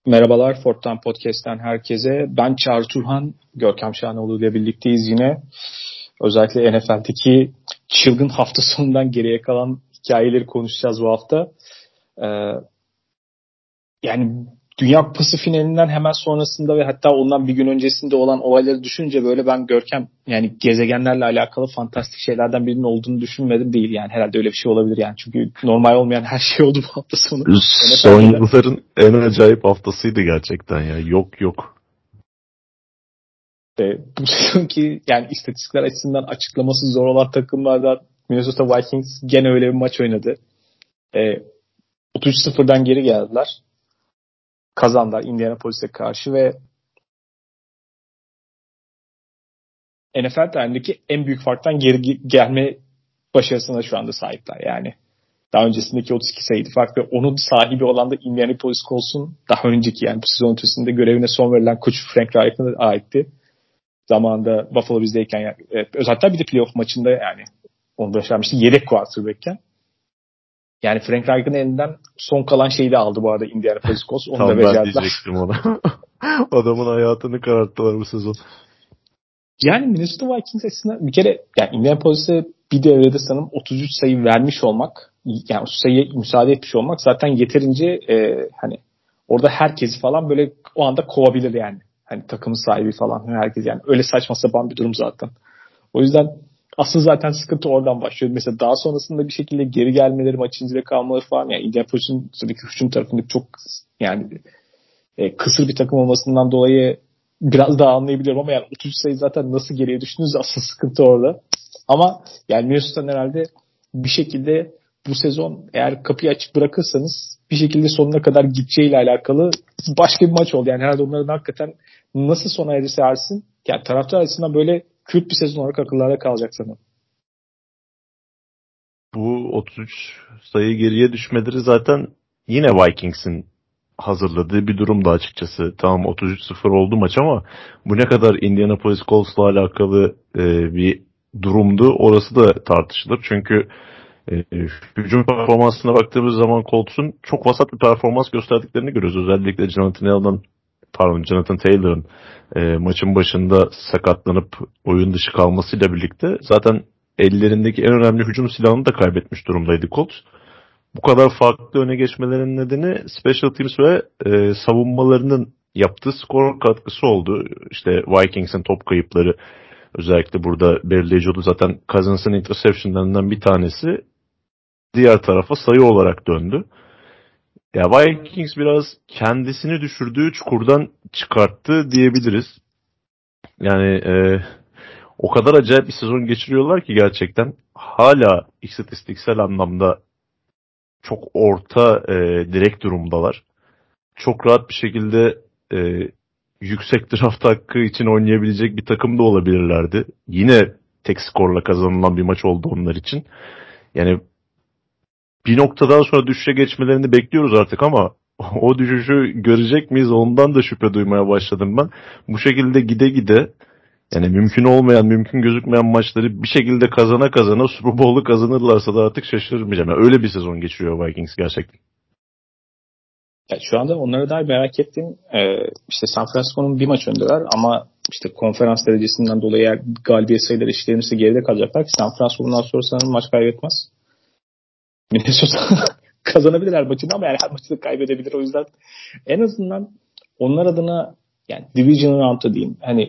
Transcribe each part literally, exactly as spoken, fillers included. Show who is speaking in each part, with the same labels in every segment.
Speaker 1: Merhabalar Fort'tan Podcast'ten herkese. Ben Çağrı Turhan, Görkem Şahanoğlu ile birlikteyiz yine. Özellikle N F L'deki çılgın hafta sonundan geriye kalan hikayeleri konuşacağız bu hafta. Ee, yani Dünya Kupası finalinden hemen sonrasında ve hatta ondan bir gün öncesinde olan olayları düşününce böyle ben Görkem yani gezegenlerle alakalı fantastik şeylerden birinin olduğunu düşünmedim değil. Yani herhalde öyle bir şey olabilir yani. Çünkü normal olmayan her şey oldu bu hafta sonu.
Speaker 2: Son yılların en acayip haftasıydı gerçekten ya. Yok yok.
Speaker 1: E, bu sezonki yani istatistikler açısından açıklaması zor olan takımlardan Minnesota Vikings gene öyle bir maç oynadı. E, otuz üç sıfırdan geri geldiler. Kazandılar Indianapolis'e karşı ve N F L tarihindeki en büyük farktan geri gelme başarısına şu anda sahipler. Yani daha öncesindeki otuz iki sayıydı fark ve onun sahibi olan da Indianapolis Colts'un daha önceki yani bu sezon ötesinde görevine son verilen koç Frank Reich'a aitti. Zamanında Buffalo bizdeyken yani, evet, hatta bir de playoff maçında yani onu başarmıştı. Yedek quarterback'ken. Yani Frank Reich'ın elinden son kalan şeyi de aldı bu arada Indianapolis Colts. Onu da becerdiler.
Speaker 2: Tam ben diyecektim ona. Adamın hayatını kararttılar bu sezon.
Speaker 1: Yani Minnesota Vikings açısından bir kere yani Indianapolis'e bir devrede sanırım otuz üç sayı vermiş olmak, yani otuz sayıya müsaade etmiş olmak zaten yeterince e, hani orada herkesi falan böyle o anda kovabilir yani. Hani takımın sahibi falan herkes yani öyle saçma sapan bir durum zaten. O yüzden asıl zaten sıkıntı oradan başlıyor. Mesela daha sonrasında bir şekilde geri gelmeleri, maçın içinde kalmaları falan. Yani Indianapolis'in tabii ki hücum tarafındaki çok yani e, kısır bir takım olmasından dolayı biraz daha anlayabiliyorum ama yani otuz sayı zaten nasıl geriye düştünüz asıl sıkıntı orada. Ama yani Minnesota'nın herhalde bir şekilde bu sezon eğer kapıyı açık bırakırsanız bir şekilde sonuna kadar gideceğiyle alakalı başka bir maç oldu. Yani herhalde onların hakikaten nasıl sona erirse ersin yani taraftar açısından böyle kült bir sezon olarak akıllarda kalacak sanırım.
Speaker 2: Bu otuz üç sayı geriye düşmeleri zaten yine Vikings'in hazırladığı bir durumdu açıkçası. Tamam otuz üç sıfır oldu maç ama bu ne kadar Indianapolis Colts'la alakalı e, bir durumdu orası da tartışılır. Çünkü e, hücum performansına baktığımız zaman Colts'un çok vasat bir performans gösterdiklerini görüyoruz. Özellikle Jonathan Allen'ın pardon Jonathan Taylor'ın e, maçın başında sakatlanıp oyun dışı kalmasıyla birlikte zaten ellerindeki en önemli hücum silahını da kaybetmiş durumdaydı Colts. Bu kadar farklı öne geçmelerinin nedeni Special Teams ve e, savunmalarının yaptığı skor katkısı oldu. İşte Vikings'in top kayıpları özellikle burada belirleyici oldu. Zaten Cousins'ın interceptionlarından bir tanesi diğer tarafa sayı olarak döndü. Ya Vikings biraz kendisini düşürdüğü çukurdan çıkarttı diyebiliriz. Yani e, o kadar acayip bir sezon geçiriyorlar ki gerçekten hala istatistiksel anlamda çok orta e, direkt durumdalar. Çok rahat bir şekilde e, yüksek draft hakkı için oynayabilecek bir takım da olabilirlerdi. Yine tek skorla kazanılan bir maç oldu onlar için. Yani bir noktadan sonra düşüşe geçmelerini bekliyoruz artık ama o düşüşü görecek miyiz ondan da şüphe duymaya başladım ben. Bu şekilde gide gide yani mümkün olmayan, mümkün gözükmeyen maçları bir şekilde kazana kazana Super Bowl'u kazanırlarsa da artık şaşırmayacağım. Yani öyle bir sezon geçiriyor Vikings gerçekten.
Speaker 1: Yani şu anda onlara dair merak ettiğim e, işte San Francisco'nun bir maç öndeler ama işte konferans derecesinden dolayı eğer galibiyet sayıları eşitlenirse geride kalacaklar ki San Francisco bundan sonra sanırım maç kaybetmez. Minnesota kazanabilir her maçını ama yani her maçı da kaybedebilir. O yüzden en azından onlar adına yani Division Round'a diyeyim. Hani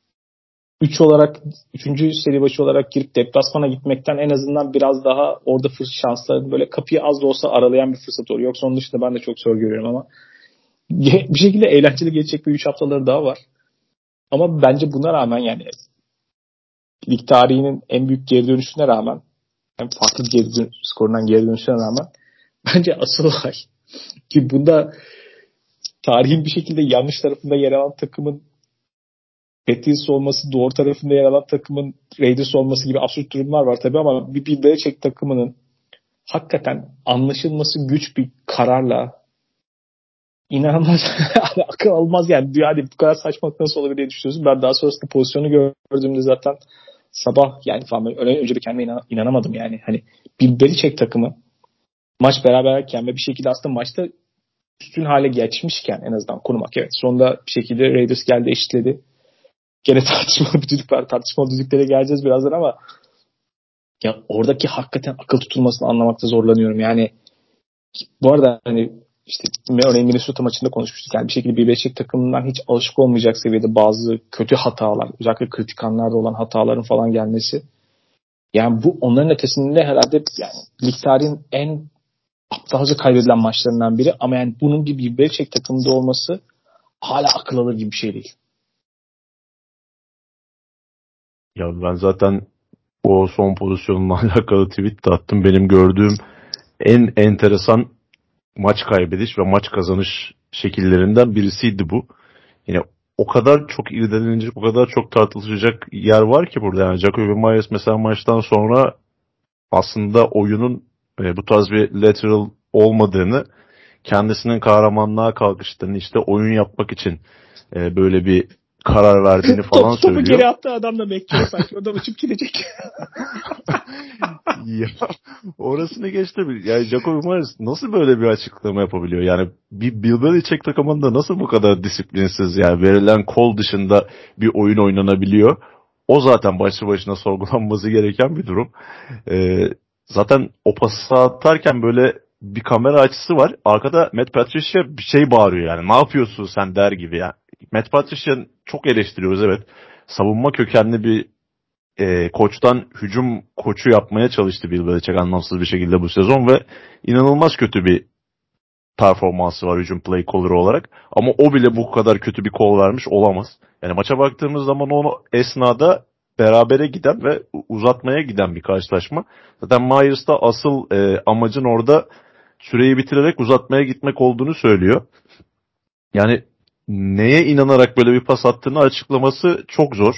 Speaker 1: üç olarak üçüncü seri başı olarak girip deplasmana gitmekten en azından biraz daha orada fırsat şanslarını böyle kapıyı az da olsa aralayan bir fırsat oluyor. Yoksa onun dışında ben de çok zor görüyorum ama bir şekilde eğlenceli geçecek bir üç haftaları daha var. Ama bence buna rağmen yani lig tarihinin en büyük geri dönüşüne rağmen hem farklı geri dön- skorundan geri dönüşüne rağmen bence asıl olay ki bunda tarihin bir şekilde yanlış tarafında yer alan takımın Patriots olması, doğru tarafında yer alan takımın Raiders olması gibi absürt durumlar var tabii ama bir Bill Belichick takımının hakikaten anlaşılması güç bir kararla inanılmaz akıl almaz yani. Yani bu kadar saçmalık nasıl olabilir diye düşünüyorsun. Ben daha sonrasında pozisyonu gördüğümde zaten sabah yani falan öyle önce bir kendime inan- inanamadım yani. Hani Bill Belichick takımı maç beraberken ve bir şekilde aslında maçta üstün hale geçmişken en azından korumak. Evet, sonunda bir şekilde Raiders geldi, eşitledi. Gene tartışmalı bir düdük var. Tartışmalı düdüklere geleceğiz birazdan ama ya oradaki hakikaten akıl tutulmasını anlamakta zorlanıyorum. Yani bu arada hani işte örneğin Minnesota maçında konuşmuştuk. Yani bir şekilde bir Belichick takımından hiç alışık olmayacak seviyede bazı kötü hatalar, özellikle kritik anlarda olan hataların falan gelmesi. Yani bu onların ötesinde herhalde yani lig tarihinin en aptalca kaybedilen maçlarından biri. Ama yani bunun bir, bir Belichick takımında olması hala akıl alır gibi bir şey değil.
Speaker 2: Ya ben zaten o son pozisyonla alakalı tweet de attım. Benim gördüğüm en enteresan maç kaybediş ve maç kazanış şekillerinden birisiydi bu. Yine o kadar çok irdeleninecek, o kadar çok tartışılacak yer var ki burada. Yani Jacoby Myers mesela maçtan sonra aslında oyunun e, bu tarz bir lateral olmadığını, kendisinin kahramanlığa kalkıştığını, işte oyun yapmak için e, böyle bir karar verdiğini falan
Speaker 1: Top, topu
Speaker 2: söylüyor.
Speaker 1: geri attı adam da McJones sanki. Oradan uçup gidecek.
Speaker 2: Ya orasını geçti. Yani Jacoby Myers nasıl böyle bir açıklama yapabiliyor? Yani bir Bill Belichick takımında nasıl bu kadar disiplinsiz, yani verilen kol dışında bir oyun oynanabiliyor? O zaten başlı başına sorgulanması gereken bir durum. Ee, zaten o pası atarken böyle bir kamera açısı var. Arkada Matt Patricia bir şey bağırıyor yani. Ne yapıyorsun sen der gibi yani. Matt Patricia çok eleştiriyoruz, evet. Savunma kökenli bir e, koçtan hücum koçu yapmaya çalıştı Bill Belichick anlamsız bir şekilde bu sezon ve inanılmaz kötü bir performansı var hücum play caller olarak. Ama o bile bu kadar kötü bir call vermiş olamaz. Yani maça baktığımız zaman onu esnada berabere giden ve uzatmaya giden bir karşılaşma. Zaten Myers'ta asıl e, amacın orada süreyi bitirerek uzatmaya gitmek olduğunu söylüyor. Yani neye inanarak böyle bir pas attığını açıklaması çok zor.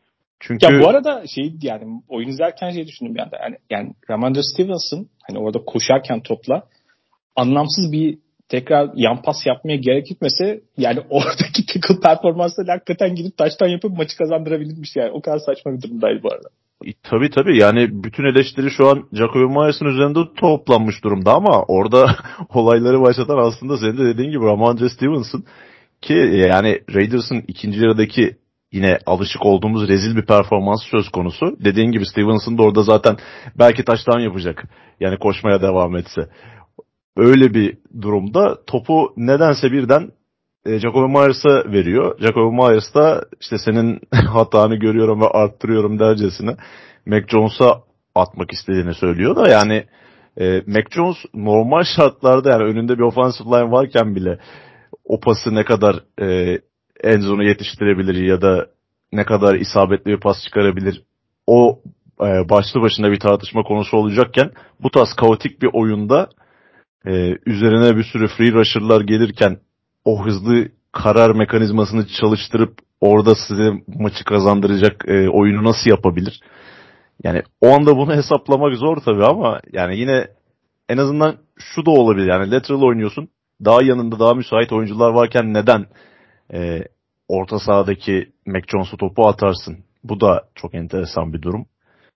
Speaker 1: Ya bu
Speaker 2: Çünkü
Speaker 1: arada şey yani oyun izlerken şey düşündüm bir anda. Yani, yani Ramondre Stevenson hani orada koşarken topla anlamsız bir tekrar yan pas yapmaya gerek gitmese yani oradaki tackle performansıyla hakikaten gidip taştan yapıp maçı kazandırabilirmiş yani. O kadar saçma bir durumdaydı bu arada.
Speaker 2: E, tabii tabii, yani bütün eleştiri şu an Jacoby Myers'ın üzerinde toplanmış durumda ama orada olayları başlatan aslında senin de dediğin gibi Ramondre Stevenson ki yani Raiders'ın ikinci yarıdaki yine alışık olduğumuz rezil bir performans söz konusu. Dediğin gibi Stevenson da orada zaten belki taştan yapacak. Yani koşmaya devam etse. Öyle bir durumda topu nedense birden e, Jacoby Myers'a veriyor. Jacoby Myers da işte senin hatanı görüyorum ve arttırıyorum dercesine Mac Jones'a atmak istediğini söylüyor da yani e, Mac Jones normal şartlarda yani önünde bir offensive line varken bile o pası ne kadar e, end zone'u yetiştirebilir ya da ne kadar isabetli bir pas çıkarabilir, o e, başlı başına bir tartışma konusu olacakken bu tarz kaotik bir oyunda ee, üzerine bir sürü free rusher'lar gelirken o hızlı karar mekanizmasını çalıştırıp orada size maçı kazandıracak e, oyunu nasıl yapabilir? Yani o anda bunu hesaplamak zor tabii ama yani yine en azından şu da olabilir. Yani lateral oynuyorsun. Daha yanında daha müsait oyuncular varken neden e, orta sahadaki Mac Jones'u topu atarsın? Bu da çok enteresan bir durum.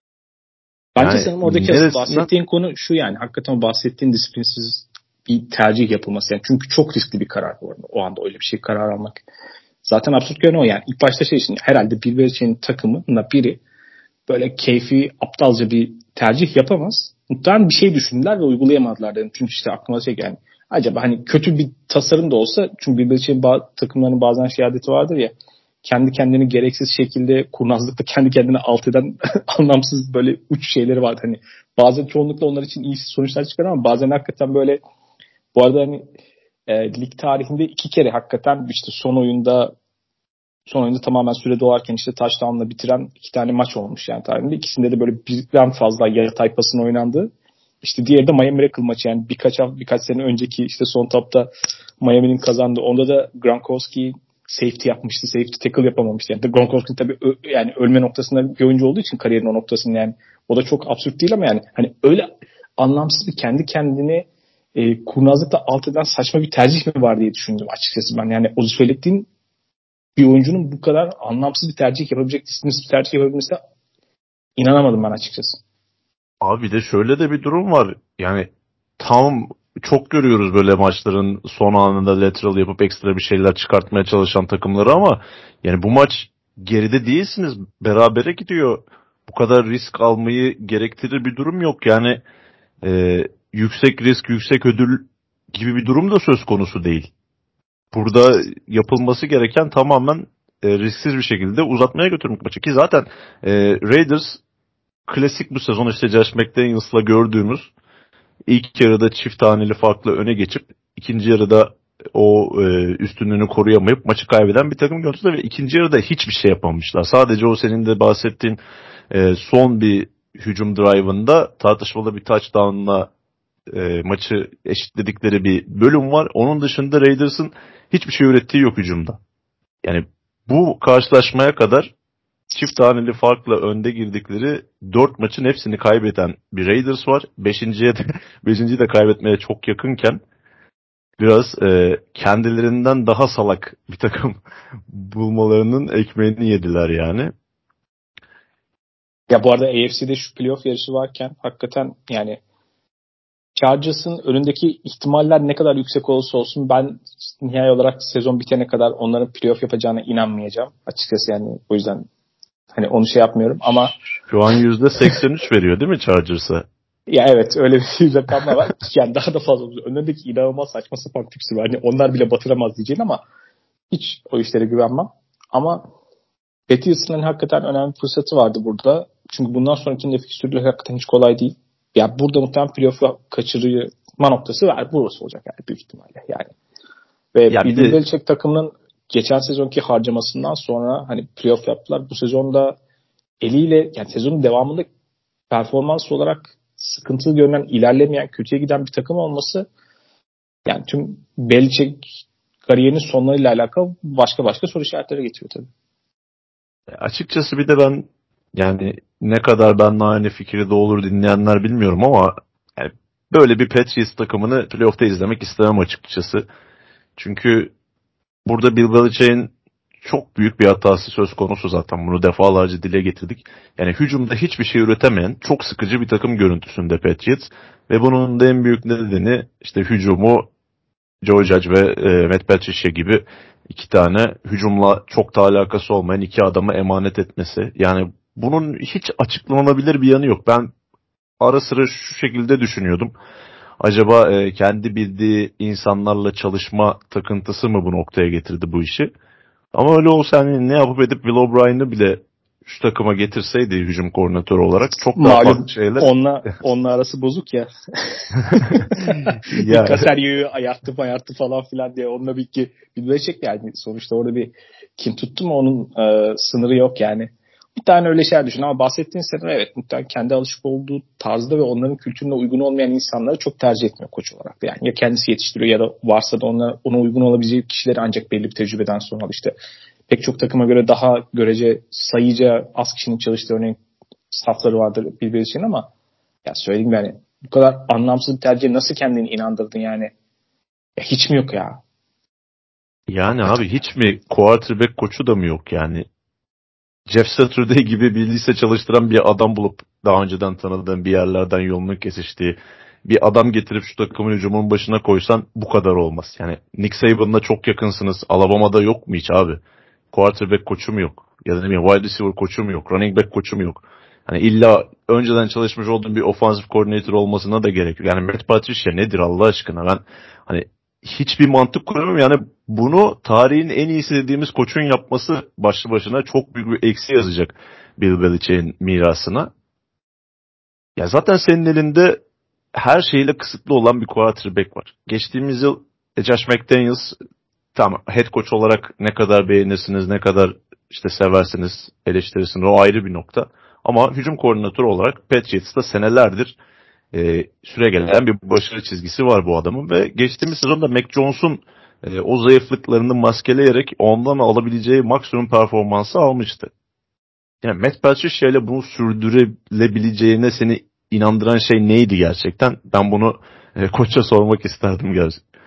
Speaker 1: Bence
Speaker 2: Yani
Speaker 1: senin oradaki asıl
Speaker 2: neresinden
Speaker 1: bahsettiğin konu şu yani hakikaten bahsettiğin disiplinsiz bir tercih yapılması. Yani çünkü çok riskli bir karar bu arada. O anda öyle bir şey karar almak. Zaten absürt görünen o yani. İlk başta şey için herhalde Bill Belichick'in takımında biri böyle keyfi aptalca bir tercih yapamaz. Muhtemelen bir şey düşündüler ve uygulayamadılar dedim. Çünkü işte aklıma şey yani acaba hani kötü bir tasarım da olsa çünkü Bill Belichick'in ba- takımlarının bazen şey adeti vardır ya kendi kendini gereksiz şekilde kurnazlıkla kendi kendine alt eden anlamsız böyle uç şeyleri var. Hani bazen çoğunlukla onlar için iyi sonuçlar çıkar ama bazen hakikaten böyle bu arada hani e, lig tarihinde iki kere hakikaten işte son oyunda son oyunda tamamen süre dolarken işte touchdown'la bitiren iki tane maç olmuş yani tarihinde. İkisinde de böyle birden fazla yatay pasın oynandığı. İşte diğeri de Miami Miracle maçı yani birkaç birkaç sene önceki işte son tapta Miami'nin kazandığı. Onda da Gronkowski safety yapmıştı. Safety tackle yapamamıştı. Yani Gronkowski tabii ö- yani ölme noktasında bir oyuncu olduğu için kariyerin o noktasında yani o da çok absürt değil ama yani hani öyle anlamsız bir kendi kendini e, kurnazlıkla alt eden saçma bir tercih mi var diye düşündüm açıkçası ben. Yani o söylediğin bir oyuncunun bu kadar anlamsız bir tercih yapabilecek, disiplinsiz bir tercih yapabilmesine inanamadım ben açıkçası.
Speaker 2: abi de şöyle de bir durum var. Yani tam çok görüyoruz böyle maçların son anında lateral yapıp ekstra bir şeyler çıkartmaya çalışan takımları ama yani bu maç geride değilsiniz. Berabere gidiyor. Bu kadar risk almayı gerektirir bir durum yok. Yani e, yüksek risk, yüksek ödül gibi bir durum da söz konusu değil. Burada yapılması gereken tamamen e, risksiz bir şekilde uzatmaya götürmek maçı. Ki zaten e, Raiders klasik bu sezon işte Josh McDaniels'la gördüğümüz ilk yarıda çift taneli farklı öne geçip ikinci yarıda o e, üstünlüğünü koruyamayıp maçı kaybeden bir takım gördüler ve ikinci yarıda hiçbir şey yapamamışlar. Sadece o senin de bahsettiğin e, son bir hücum drive'ında tartışmalı bir touchdown'la e, maçı eşitledikleri bir bölüm var. Onun dışında Raiders'ın hiçbir şey ürettiği yok hücumda. Yani bu karşılaşmaya kadar çift taneli farkla önde girdikleri dört maçın hepsini kaybeden bir Raiders var. Beşinciye de, beşinciyi de kaybetmeye çok yakınken biraz e, kendilerinden daha salak bir takım bulmalarının ekmeğini yediler yani.
Speaker 1: Ya bu arada A F C'de şu playoff yarışı varken hakikaten yani Chargers'ın önündeki ihtimaller ne kadar yüksek olursa olsun ben nihai olarak sezon bitene kadar onların playoff yapacağına inanmayacağım. Açıkçası yani o yüzden hani onu şey yapmıyorum ama
Speaker 2: Şu an yüzde seksen üç veriyor değil mi Chargers'a?
Speaker 1: Ya evet öyle bir rakamlar var. Yani daha da fazla olur. Önündeki inanılmaz saçma sapan tipsi var. Yani onlar bile batıramaz diyeceğim ama hiç o işlere güvenmem. Ama Patriots'ın hani hakikaten önemli bir fırsatı vardı burada. Çünkü bundan sonraki de fikstürleri hakikaten hiç kolay değil. Ya yani burada muhtemelen playoff'u kaçırma noktası var. Burası olacak yani büyük ihtimalle yani. Ve
Speaker 2: Ya
Speaker 1: Bill
Speaker 2: de...
Speaker 1: Belichick takımının geçen sezonki harcamasından sonra hani playoff yaptılar. Bu sezonda eliyle yani sezonun devamında performans olarak sıkıntılı görünen, ilerlemeyen, kötüye giden bir takım olması yani tüm Belichick kariyerinin sonlarıyla alakalı başka başka soru işaretleri getiriyor tabii.
Speaker 2: Açıkçası bir de ben yani ne kadar benimle aynı fikirde olur dinleyenler bilmiyorum ama yani böyle bir Patriots takımını playoff'ta izlemek istemem açıkçası. Çünkü burada Bill Belichick'in çok büyük bir hatası söz konusu zaten. Bunu defalarca dile getirdik. Yani hücumda hiçbir şey üretemeyen çok sıkıcı bir takım görüntüsünde Patriots. Ve bunun da en büyük nedeni işte hücumu Joe Judge ve e, Matt Patricia gibi iki tane hücumla çok da alakası olmayan iki adamı emanet etmesi. Yani bunun hiç açıklanabilir bir yanı yok. Ben ara sıra şu şekilde düşünüyordum. Acaba e, kendi bildiği insanlarla çalışma takıntısı mı bu noktaya getirdi bu işi? Ama öyle olsa hani ne yapıp edip Bill O'Brien'i bile şu takıma getirseydi hücum koordinatörü olarak çok daha
Speaker 1: Malum
Speaker 2: farklı şeyler.
Speaker 1: onunla, onunla arası bozuk ya. bir Caserio'yu ayarttı ayarttı falan filan diye onunla bir ki bir yani sonuçta orada bir kim tuttu mu onun e, sınırı yok yani. Bir tane öyle şeyler düşün ama bahsettiğin senaryo evet muhtemelen kendi alışık olduğu tarzda ve onların kültürüne uygun olmayan insanları çok tercih etmiyor koç olarak da. Yani ya kendisi yetiştiriyor ya da varsa da ona, ona uygun olabileceği kişileri ancak belli bir tecrübeden sonra işte pek çok takıma göre daha görece sayıca az kişinin çalıştığı örneğin safları vardır birbiri için ama ya söyleyeyim yani bu kadar anlamsız bir tercih nasıl kendini inandırdın yani? Ya hiç mi yok ya?
Speaker 2: Yani abi hiç mi quarterback koçu da mı yok yani? Jeff Saturday gibi bir lise çalıştıran bir adam bulup daha önceden tanıdığın bir yerlerden yolunu kesiştiği bir adam getirip şu takımın hücumunun başına koysan bu kadar olmaz. Yani Nick Saban'la çok yakınsınız. Alabama'da yok mu hiç abi? Quarterback koçu mu yok? Ya da ne bileyim wide receiver koçu mu yok? Running back koçu mu yok? Hani illa önceden çalışmış olduğun bir offensive coordinator olmasına da gerek yok. Yani Matt Patricia nedir Allah aşkına? Ben hani hiçbir mantık kuramıyorum. Yani bunu tarihin en iyisi dediğimiz koçun yapması başlı başına çok büyük bir eksi yazacak Bill Belichick'in mirasına. Ya zaten senin elinde her şeyle kısıtlı olan bir quarterback var. Geçtiğimiz yıl Josh McDaniels tamam head coach olarak ne kadar beğenirsiniz, ne kadar işte seversiniz, eleştirirsiniz o ayrı bir nokta. Ama hücum koordinatörü olarak Patriots'ta senelerdir e, süre gelen bir başarı çizgisi var bu adamın ve geçtiğimiz sezonda Mac Jones'un e, o zayıflıklarını maskeleyerek ondan alabileceği maksimum performansı almıştı. Yani Matt Patricia ile bunu sürdürebileceğine seni inandıran şey neydi gerçekten? Ben bunu e, koça sormak isterdim gerçekten.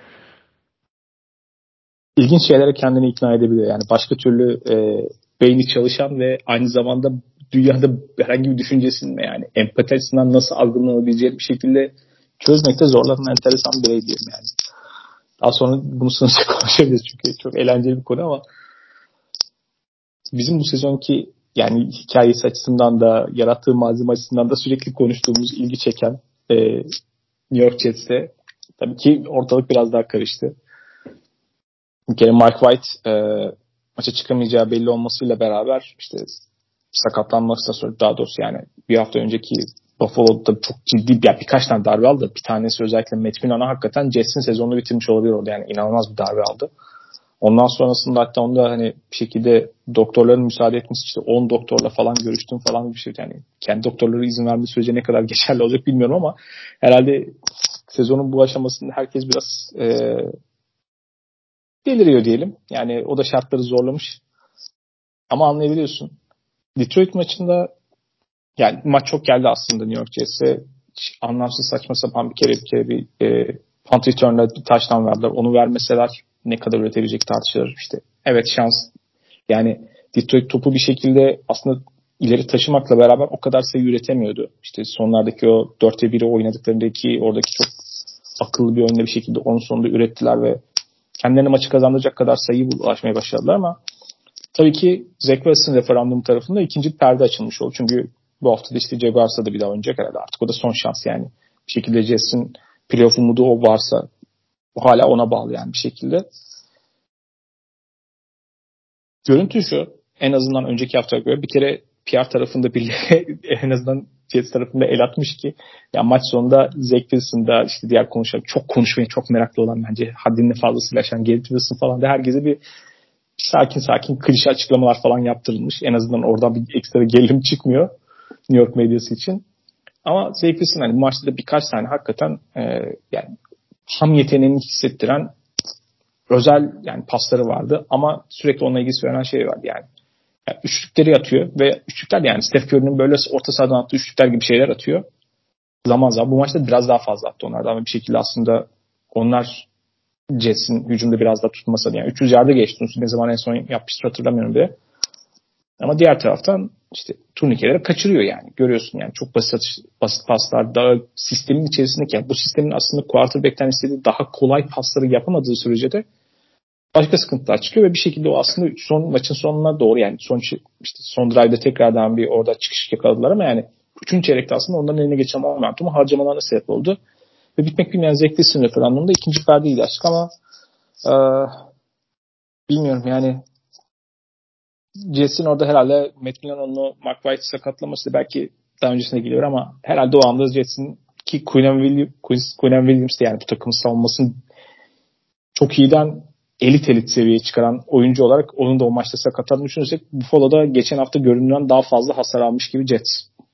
Speaker 1: İlginç şeylere kendini ikna edebiliyor. Yani başka türlü e, beyni çalışan ve aynı zamanda dünyada herhangi bir düşüncesinin yani empati açısından nasıl algılanabileceği bir şekilde çözmekte zorlanan enteresan bir birey diyelim yani. Daha sonra bunu sınıfça konuşabiliriz çünkü çok eğlenceli bir konu ama bizim bu sezonki yani hikayesi açısından da yarattığı malzeme açısından da sürekli konuştuğumuz, ilgi çeken e, New York Jets'te tabii ki ortalık biraz daha karıştı. Bir kere Mike White e, maça çıkamayacağı belli olmasıyla beraber işte sakatlanmasına sonra daha doğrusu yani bir hafta önceki Buffalo'da çok ciddi yani birkaç tane darbe aldı. Bir tanesi özellikle Matt Milon'a hakikaten Jets'in sezonunu bitirmiş olabilir orada. Yani inanılmaz bir darbe aldı. Ondan sonrasında hatta onda hani bir şekilde doktorların müsaade etmesi işte on doktorla falan görüştüm falan bir şey. Yani kendi doktorları izin verdiği sürece ne kadar geçerli olacak bilmiyorum ama herhalde sezonun bu aşamasında herkes biraz e, deliriyor diyelim. Yani o da şartları zorlamış. Ama anlayabiliyorsun. Detroit maçında yani maç çok geldi aslında New York Jets'e. Anlamsız saçma sapan bir kere bir kere bir e, punt return'da bir touchdown verdiler. Onu vermeseler ne kadar üretebilecek tartışılır. İşte evet şans. Yani Detroit topu bir şekilde aslında ileri taşımakla beraber o kadar sayı üretemiyordu. İşte sonlardaki o dörtte biri oynadıklarındaki oradaki çok akıllı bir oyunda bir şekilde onun sonunda ürettiler ve kendilerine maçı kazandıracak kadar sayı ulaşmaya başladılar ama tabii ki Zach Wilson referandumu tarafında ikinci perde açılmış oldu. Çünkü bu hafta da işte Jaguars'a da bir daha oynayacak herhalde. Artık o da son şans yani. Bir şekilde Jets'in playoff umudu o varsa o hala ona bağlı yani bir şekilde. Görüntü şu. En azından önceki haftaya göre bir kere P R tarafında birileri en azından Jets tarafında el atmış ki ya maç sonunda Zach Wilson'da işte diğer konuşan çok konuşmaya çok meraklı olan bence haddinin fazlasıyla aşan Garrett Wilson falan da herkese bir sakin sakin klişe açıklamalar falan yaptırılmış. En azından oradan bir ekstra gerilim çıkmıyor New York medyası için. Ama Zach Wilson hani bu maçta da birkaç tane hakikaten e, yani tam yeteneğini hissettiren özel yani pasları vardı ama sürekli onunla ilgili söylenen şey vardı yani. yani üçlükleri atıyor ve üçlükler yani Steph Curry'nin böyle orta sahadan attığı üçlükler gibi şeyler atıyor. Zaman zaman bu maçta biraz daha fazla attı onlardan ama bir şekilde aslında onlar Jets'in hücumda biraz daha tutması yani üç yüz yarda geçti. Ne zaman en son yapmıştır hatırlamıyorum bile. Ama diğer taraftan işte turnikeleri kaçırıyor yani. Görüyorsun yani çok basit basit paslar daha sistemin içerisindeki yani bu sistemin aslında quarterback'ten istediği daha kolay pasları yapamadığı sürece de başka sıkıntılar çıkıyor ve bir şekilde o aslında son maçın sonuna doğru yani son işte son drive'da tekrardan bir orada çıkış yakaladılar ama yani üçüncü çeyrekte aslında onların eline geçen momentumu harcamalarına sebep oldu. Ve bitmek bilmeyen zevkli sınır referandumda ikinci perdeyi açtık ama ee, bilmiyorum yani Jets'in orada herhalde Matt Milano'nu Mark White sakatlaması belki daha öncesine geliyor ama herhalde o anda Jets'in ki Quinnen Williams, Quinnen Williams de yani bu takımın savunmasını çok iyiden elit elit seviyeye çıkaran oyuncu olarak onun da o maçta sakatlandığını düşünürsek Buffalo'da geçen hafta görünen daha fazla hasar almış gibi Jets.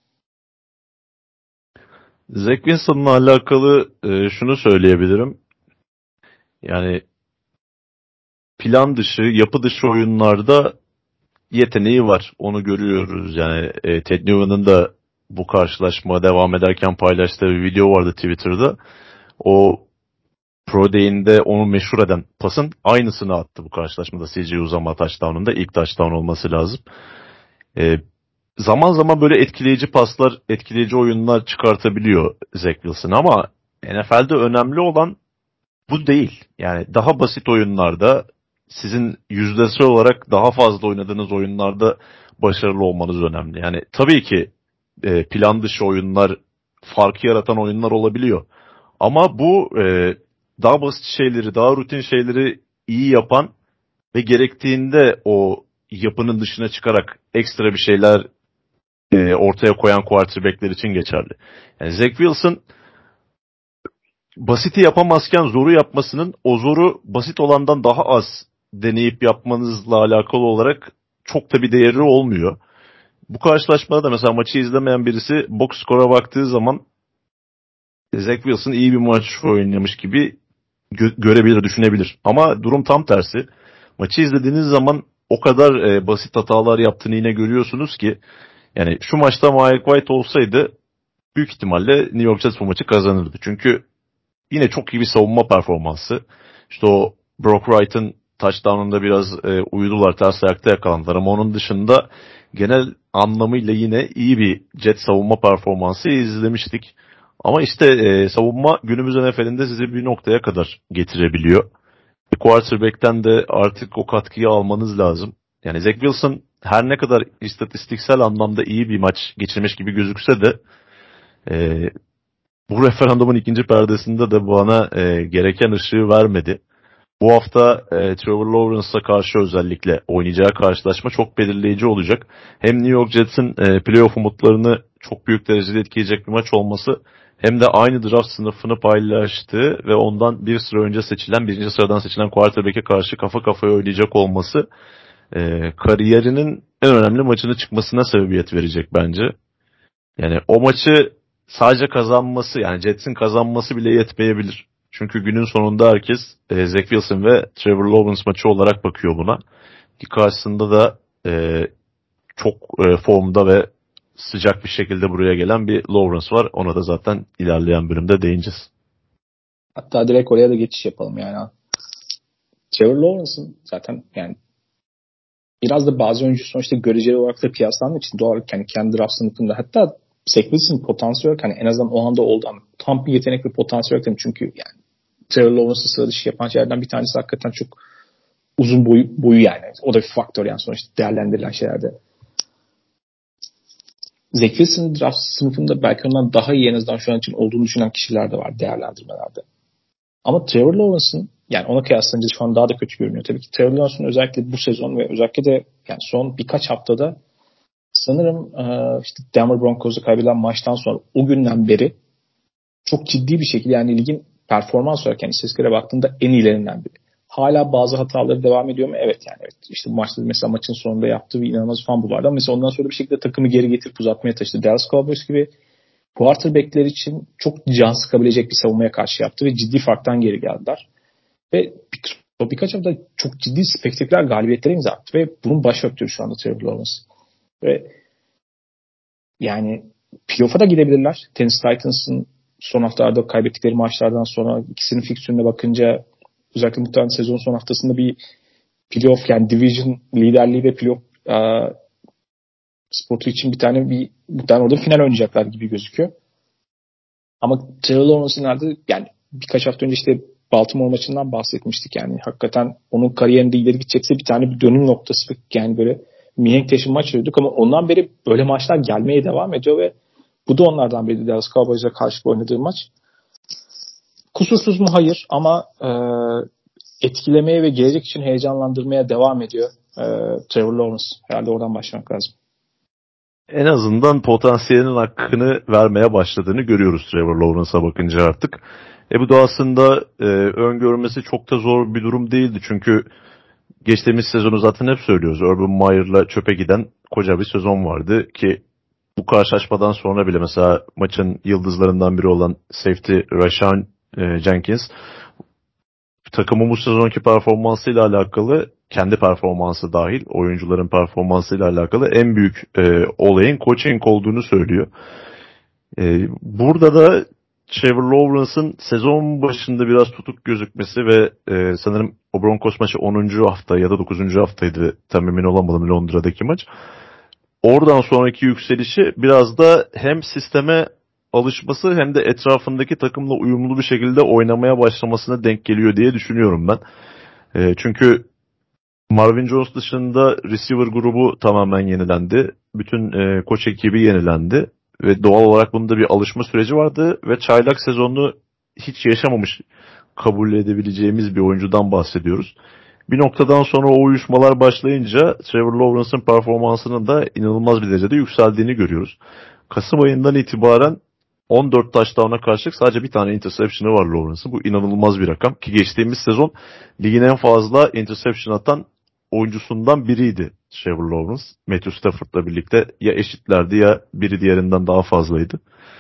Speaker 2: Zach Wilson'la alakalı e, şunu söyleyebilirim. Yani plan dışı, yapı dışı oyunlarda yeteneği var. Onu görüyoruz. Yani e, Ted Nugent'ın da bu karşılaşma devam ederken paylaştığı bir video vardı Twitter'da. O Pro Day'inde onu meşhur eden pasın aynısını attı bu karşılaşmada. C J uzama touchdown'unda ilk touchdown olması lazım. E, zaman zaman böyle etkileyici paslar, etkileyici oyunlar çıkartabiliyor Zach Wilson ama N F L'de önemli olan bu değil. Yani daha basit oyunlarda sizin yüzdesel olarak daha fazla oynadığınız oyunlarda başarılı olmanız önemli. Yani tabii ki e, plan dışı oyunlar, farkı yaratan oyunlar olabiliyor. Ama bu e, daha basit şeyleri, daha rutin şeyleri iyi yapan ve gerektiğinde o yapının dışına çıkarak ekstra bir şeyler e, ortaya koyan quarterback'ler için geçerli. Yani Zach Wilson basiti yapamazken zoru yapmasının o zoru basit olandan daha az deneyip yapmanızla alakalı olarak çok da bir değeri olmuyor. Bu karşılaşmada da mesela maçı izlemeyen birisi box skora baktığı zaman Zach Wilson iyi bir maç oynamış gibi gö- görebilir, düşünebilir. Ama durum tam tersi. Maçı izlediğiniz zaman o kadar e, basit hatalar yaptığını yine görüyorsunuz ki yani şu maçta Mike White olsaydı büyük ihtimalle New York Jets bu maçı kazanırdı. Çünkü yine çok iyi bir savunma performansı. İşte o Brock Wright'ın touchdown'unda biraz e, uyudular, ters ayakta yakalandılar ama onun dışında genel anlamıyla yine iyi bir Jet savunma performansı izlemiştik. Ama işte e, savunma günümüz N F L'inde sizi bir noktaya kadar getirebiliyor. Quarterback'ten de artık o katkıyı almanız lazım. Yani Zach Wilson her ne kadar istatistiksel anlamda iyi bir maç geçirmiş gibi gözükse de e, bu referandumun ikinci perdesinde de bana e, gereken ışığı vermedi. Bu hafta e, Trevor Lawrence'a karşı özellikle oynayacağı karşılaşma çok belirleyici olacak. Hem New York Jets'in e, playoff umutlarını çok büyük derecede etkileyecek bir maç olması, hem de aynı draft sınıfını paylaştığı ve ondan bir sıra önce seçilen, birinci sıradan seçilen quarterback'e karşı kafa kafaya oynayacak olması e, kariyerinin en önemli maçını çıkmasına sebebiyet verecek bence. Yani o maçı sadece kazanması, yani Jets'in kazanması bile yetmeyebilir. Çünkü günün sonunda herkes e, Zach Wilson ve Trevor Lawrence maçı olarak bakıyor buna. Ki karşısında da e, çok e, formda ve sıcak bir şekilde buraya gelen bir Lawrence var. Ona da zaten ilerleyen bölümde değineceğiz.
Speaker 1: Hatta direkt oraya da geçiş yapalım yani. Trevor Lawrence'ın zaten yani biraz da bazı oyuncu sonuçta göreceli olarak da piyasanın için doğal olarak yani kendi draft sınıfında, hatta Zach Wilson'ın potansiyel olarak hani en azından o anda oldu ama tam bir yetenek ve potansiyel olarak çünkü yani Trevor Lawrence'ın sıra dışı yapan şeylerden bir tanesi hakikaten çok uzun boyu, boyu yani. O da bir faktör yani sonuçta değerlendirilen şeylerde. Zach Wilson'ın draft sınıfında belki ondan daha iyi en azından şu an için olduğunu düşünen kişiler de var değerlendirmelerde. Ama Trevor Lawrence'ın yani ona kıyaslanınca şu an daha da kötü görünüyor. Tabii ki Trevor Lawrence'ın özellikle bu sezon ve özellikle de yani son birkaç haftada sanırım işte Denver Broncos'u kaybeden maçtan sonra o günden beri çok ciddi bir şekilde yani ligin performans olarak yani istatistiklere baktığında en iyilerinden biri. Hala bazı hataları devam ediyor mu? Evet yani. Evet. İşte bu maçta mesela maçın sonunda yaptığı bir inanılmaz fumble vardı ama mesela ondan sonra bir şekilde takımı geri getirip uzatmaya taşıdı. Dallas Cowboys gibi quarterback'ler için çok can sıkabilecek bir savunmaya karşı yaptı ve ciddi farktan geri geldiler. Ve bir, birkaç hafta çok ciddi spektaküler galibiyetlere imza attı ve bunun baş aktörü şu anda Trevor Lawrence. Ve yani playoff'a da gidebilirler. Tennessee Titans'ın son haftalarda kaybettikleri maçlardan sonra ikisinin fiksiyonuna bakınca özellikle muhtemelen sezon son haftasında bir playoff yani division liderliği ve playoff uh, spotu için bir tane bir bir tane orada final oynayacaklar gibi gözüküyor. Ama Trevor Lawrence'ın nerede yani birkaç hafta önce işte Baltimore maçından bahsetmiştik yani hakikaten onun kariyerinde ileri gidecekse bir tane bir dönüm noktası yani böyle mihenk taşı maç veriyorduk ama ondan beri böyle maçlar gelmeye devam ediyor ve bu da onlardan biri Dallas Cowboys'a karşı oynadığı maç. Kusursuz mu? Hayır ama e, etkilemeye ve gelecek için heyecanlandırmaya devam ediyor e, Trevor Lawrence. Herhalde oradan başlamak lazım.
Speaker 2: En azından potansiyelinin hakkını vermeye başladığını görüyoruz Trevor Lawrence'a bakınca artık. E bu da aslında e, öngörmesi çok da zor bir durum değildi. Çünkü geçtiğimiz sezonu zaten hep söylüyoruz. Urban Meyer'la çöpe giden koca bir sezon vardı ki bu karşılaşmadan sonra bile mesela maçın yıldızlarından biri olan safety Rashawn e, Jenkins takımın bu sezonki performansıyla alakalı, kendi performansı dahil oyuncuların performansıyla alakalı en büyük e, olayın coaching olduğunu söylüyor. E, burada da Trevor Lawrence'ın sezon başında biraz tutuk gözükmesi ve e, sanırım o Broncos maçı onuncu hafta ya da dokuzuncu haftaydı, tam emin olamadım, Londra'daki maç. Oradan sonraki yükselişi biraz da hem sisteme alışması hem de etrafındaki takımla uyumlu bir şekilde oynamaya başlamasına denk geliyor diye düşünüyorum ben. E, çünkü Marvin Jones dışında receiver grubu tamamen yenilendi. Bütün e, koç ekibi yenilendi. Ve doğal olarak bunda bir alışma süreci vardı. Ve çaylak sezonunu hiç yaşamamış kabul edebileceğimiz bir oyuncudan bahsediyoruz. Bir noktadan sonra o uyuşmalar başlayınca Trevor Lawrence'ın performansının da inanılmaz bir derecede yükseldiğini görüyoruz. Kasım ayından itibaren on dört touchdown'a karşılık sadece bir tane interception'ı var Lawrence'ın. Bu inanılmaz bir rakam ki geçtiğimiz sezon ligin en fazla interception atan oyuncusundan biriydi Trevor Lawrence. Matthew Stafford'la birlikte ya eşitlerdi ya biri diğerinden daha fazlaydı.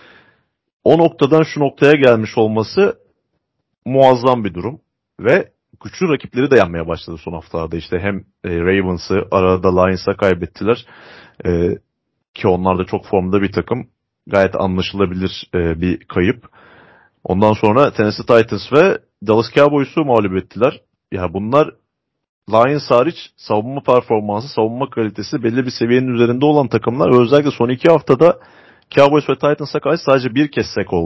Speaker 2: O noktadan şu noktaya gelmiş olması muazzam bir durum ve güçlü rakipleri de yenmeye başladı son haftalarda. İşte hem Ravens'ı, arada Lions'a kaybettiler ee, ki onlar da çok formda bir takım. Gayet anlaşılabilir e, bir kayıp. Ondan sonra Tennessee Titans ve Dallas Cowboys'u mağlup ettiler. Ya bunlar Lions hariç savunma performansı, savunma kalitesi belli bir seviyenin üzerinde olan takımlar. Özellikle son iki haftada Cowboys ve Titans'a karşı sadece bir kez sek oldu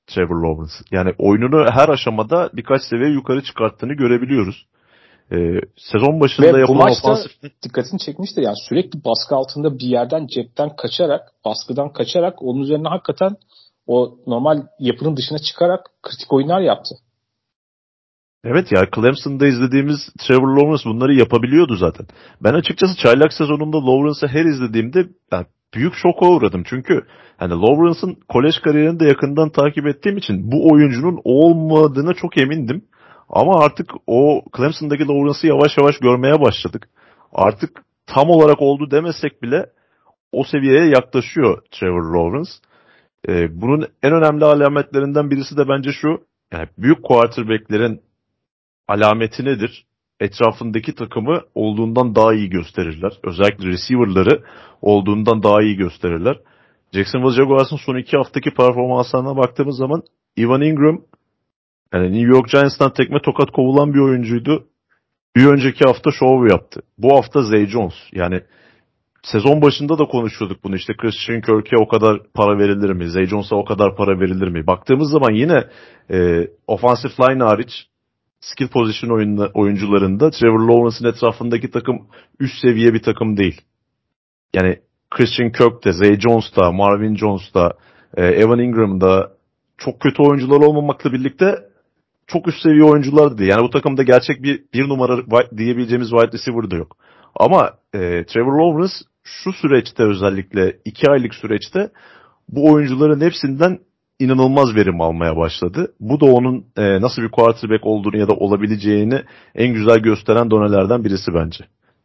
Speaker 2: Trevor Lawrence. Yani oyununu her aşamada birkaç seviye yukarı çıkarttığını görebiliyoruz. Ee, sezon başında
Speaker 1: Ve
Speaker 2: yapılan
Speaker 1: bu maçta
Speaker 2: ofansif...
Speaker 1: dikkatini çekmiştir. Yani sürekli baskı altında bir yerden cepten kaçarak, baskıdan kaçarak onun üzerine hakikaten o normal yapının dışına çıkarak kritik oyunlar yaptı.
Speaker 2: Evet ya, Clemson'da izlediğimiz Trevor Lawrence bunları yapabiliyordu zaten. Ben açıkçası çaylak sezonunda Lawrence'ı her izlediğimde yani büyük şoka uğradım. Çünkü hani Lawrence'ın kolej kariyerini de yakından takip ettiğim için bu oyuncunun o olmadığına çok emindim. Ama artık o Clemson'daki Lawrence'ı yavaş yavaş görmeye başladık. Artık tam olarak oldu demesek bile o seviyeye yaklaşıyor Trevor Lawrence. Ee, bunun en önemli alametlerinden birisi de bence şu. Yani büyük quarterback'lerin alameti nedir? Etrafındaki takımı olduğundan daha iyi gösterirler. Özellikle receiver'ları olduğundan daha iyi gösterirler. Jacksonville Jaguars'ın son iki haftaki performanslarına baktığımız zaman Evan Ingram, yani New York Giants'tan tekme tokat kovulan bir oyuncuydu. Bir önceki hafta şov yaptı. Bu hafta Zay Jones. Yani sezon başında da konuşuyorduk bunu. İşte Christian Kirk'e o kadar para verilir mi? Zay Jones'a o kadar para verilir mi? Baktığımız zaman yine e, offensive line hariç skill position oyunla, oyuncularında Trevor Lawrence'ın etrafındaki takım üst seviye bir takım değil. Yani Christian Kirk de, Zay Jones da, Marvin Jones da, e, Evan Ingram da çok kötü oyuncular olmamakla birlikte çok üst seviye oyunculardı. Yani bu takımda gerçek bir bir numara diyebileceğimiz wide receiver da yok. Ama e, Trevor Lawrence şu süreçte, özellikle iki aylık süreçte bu oyuncuların hepsinden inanılmaz verim almaya başladı. Bu da onun e, nasıl bir quarterback olduğunu ya da olabileceğini en güzel gösteren donelerden birisi bence.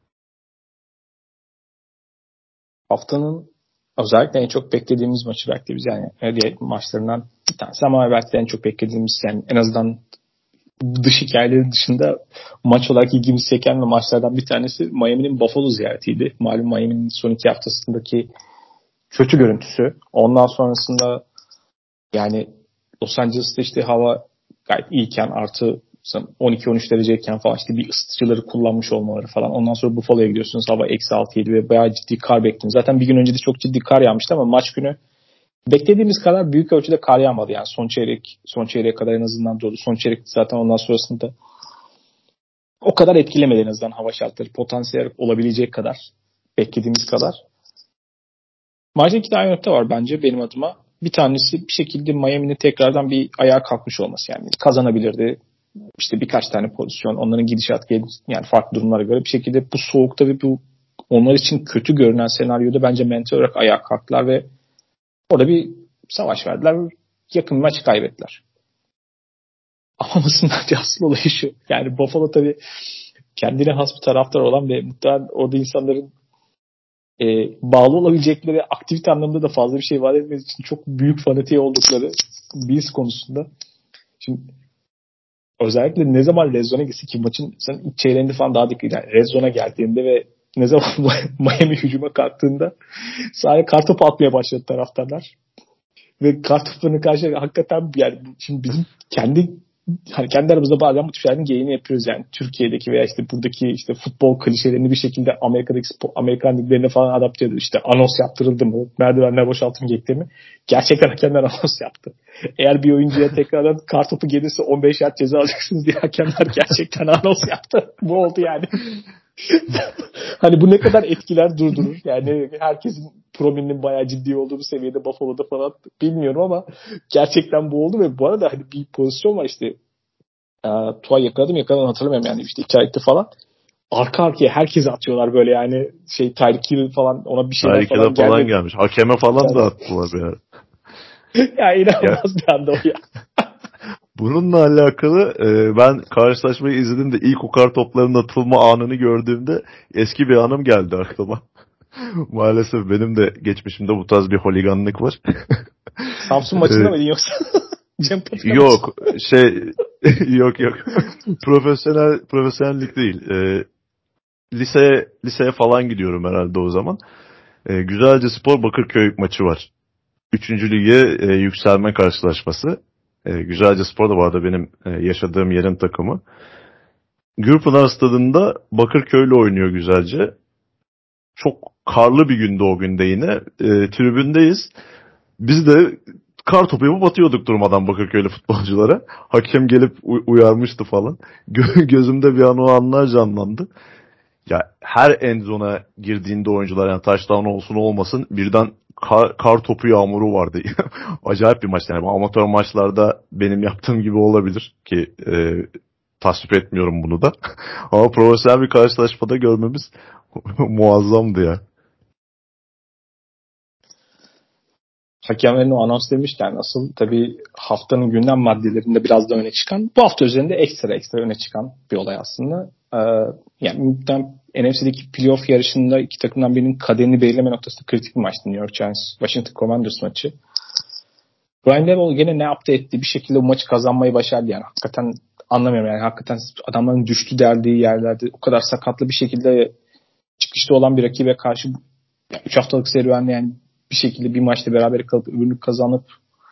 Speaker 1: Haftanın özellikle en çok beklediğimiz maçı belki de biz yani diğer maçlarından bir tanesi ama belki de en çok beklediğimiz, yani en azından dış hikayeleri dışında maç olarak ilgimizi çeken ve maçlardan bir tanesi Miami'nin Buffalo ziyaretiydi. Malum Miami'nin son iki haftasındaki kötü görüntüsü. Ondan sonrasında yani Los Angeles'ta işte hava gayet iyiyken, artı on iki on üç dereceyken falan işte bir ısıtıcıları kullanmış olmaları falan. Ondan sonra Buffalo'ya gidiyorsunuz. Hava eksi altı yedi ve bayağı ciddi kar bekliyorsunuz. Zaten bir gün önce de çok ciddi kar yağmıştı ama maç günü beklediğimiz kadar büyük ölçüde kar yağmadı. Yani son çeyrek, son çeyreğe kadar en azından doğru. Son çeyrek zaten ondan sonrasında o kadar etkilemedi en azından hava şartları. Potansiyel olabilecek kadar, beklediğimiz kadar. Maçta iki tane nokta var bence benim adıma. Bir tanesi bir şekilde Miami'nin tekrardan bir ayağa kalkmış olması. Yani kazanabilirdi. İşte birkaç tane pozisyon, onların gidişat, yani farklı durumlara göre bir şekilde bu soğukta ve bu onlar için kötü görünen senaryoda bence mental olarak ayağa kalktılar ve orada bir savaş verdiler. Yakın bir maçı kaybettiler. Ama mısın bence asıl olayı şu. Yani Buffalo tabii kendine has bir taraftar olan ve muhtemelen orada insanların e, bağlı olabilecekleri aktivite anlamında da fazla bir şey vaat etmediği için çok büyük fanatiği oldukları Bills konusunda. Şimdi özellikle ne zaman Red Zone'a gitsin ki maçın sen ilk çeyreğinde falan daha dikkat, yani Red Zone'a geldiğinde ve ne zaman Miami hücuma kalktığında sadece kartopu atmaya başladı taraftarlar. Ve kartoplarına karşı hakikaten yani şimdi bizim kendi hani kendi aramızda bazen bu tür şeylerin geyini yapıyoruz yani. Türkiye'deki veya işte buradaki işte futbol klişelerini bir şekilde Amerika'daki Amerikan liglerine falan adapte ediyoruz. İşte anons yaptırıldı mı? Merdivenler boşaltılmayacak mi? Gerçekten hakemler anons yaptı. Eğer bir oyuncuya tekrardan kartopu gelirse on beş yard ceza alacaksınız diye hakemler gerçekten anons yaptı. Bu oldu yani. Hani bu ne kadar etkiler durdurur. Yani herkesin probleminin bayağı ciddi olduğu bir seviyede Buffalo'da falan bilmiyorum ama gerçekten bu oldu ve bu arada hani bir pozisyon var işte e, Tua yakaladım yakaladım hatırlamıyorum yani işte iki aylıktı falan. Arka arkaya herkese atıyorlar böyle yani şey Tyreek Hill falan ona bir şeyler
Speaker 2: Harika
Speaker 1: falan
Speaker 2: da falan
Speaker 1: geldi.
Speaker 2: gelmiş. Hakeme falan
Speaker 1: Yani,
Speaker 2: da attılar ya.
Speaker 1: ya
Speaker 2: Ya
Speaker 1: inanılmaz bir anda o ya.
Speaker 2: bununla alakalı e, ben karşılaşmayı izledim de ilk o kar toplarının atılma anını gördüğümde eski bir anım geldi aklıma. Maalesef benim de geçmişimde bu tarz bir holiganlık var.
Speaker 1: Samsun maçında mıydın yoksa? Cem Patika maçı.
Speaker 2: Yok şey yok yok profesyonel profesyonellik değil. E, liseye liseye falan gidiyorum herhalde o zaman. E, Güzelce Spor Bakırköy maçı var. Üçüncü lige e, yükselme karşılaşması. E, Güzelce Spor da bu arada benim e, yaşadığım yerin takımı. Gürpınar Stadı'nda Bakırköy'le oynuyor Güzelce. Çok karlı bir günde o günde yine. E, tribündeyiz. Biz de kar topu yapıp atıyorduk durmadan Bakırköy'lü futbolculara. Hakem gelip u- uyarmıştı falan. Gö- gözümde bir an o anlar canlandı. Ya her end zone'a girdiğinde oyuncular, yani touchdown olsun olmasın, birden kar, kar topu yağmuru vardı. Acayip bir maç. Yani amatör maçlarda benim yaptığım gibi olabilir ki e, tasvip etmiyorum bunu da. Ama profesyonel bir karşılaşmada görmemiz muazzamdı ya.
Speaker 1: Hakemlerin o anons demişken asıl tabii haftanın gündem maddelerinde biraz da öne çıkan, bu hafta üzerinde ekstra ekstra öne çıkan bir olay aslında. Ee, yani N F C'deki playoff yarışında iki takımdan birinin kaderini belirleme noktasında kritik bir maçtı New York Giants Washington Commanders maçı. Brian Daboll gene ne yaptı etti bir şekilde bu maçı kazanmayı başardı yani. Hakikaten anlamıyorum yani. Hakikaten adamların düştü derdiği yerlerde o kadar sakatlı bir şekilde çıkışta olan bir rakibe karşı üç haftalık serüvenle yani bir şekilde bir maçta beraber kalıp öbürünü kazanıp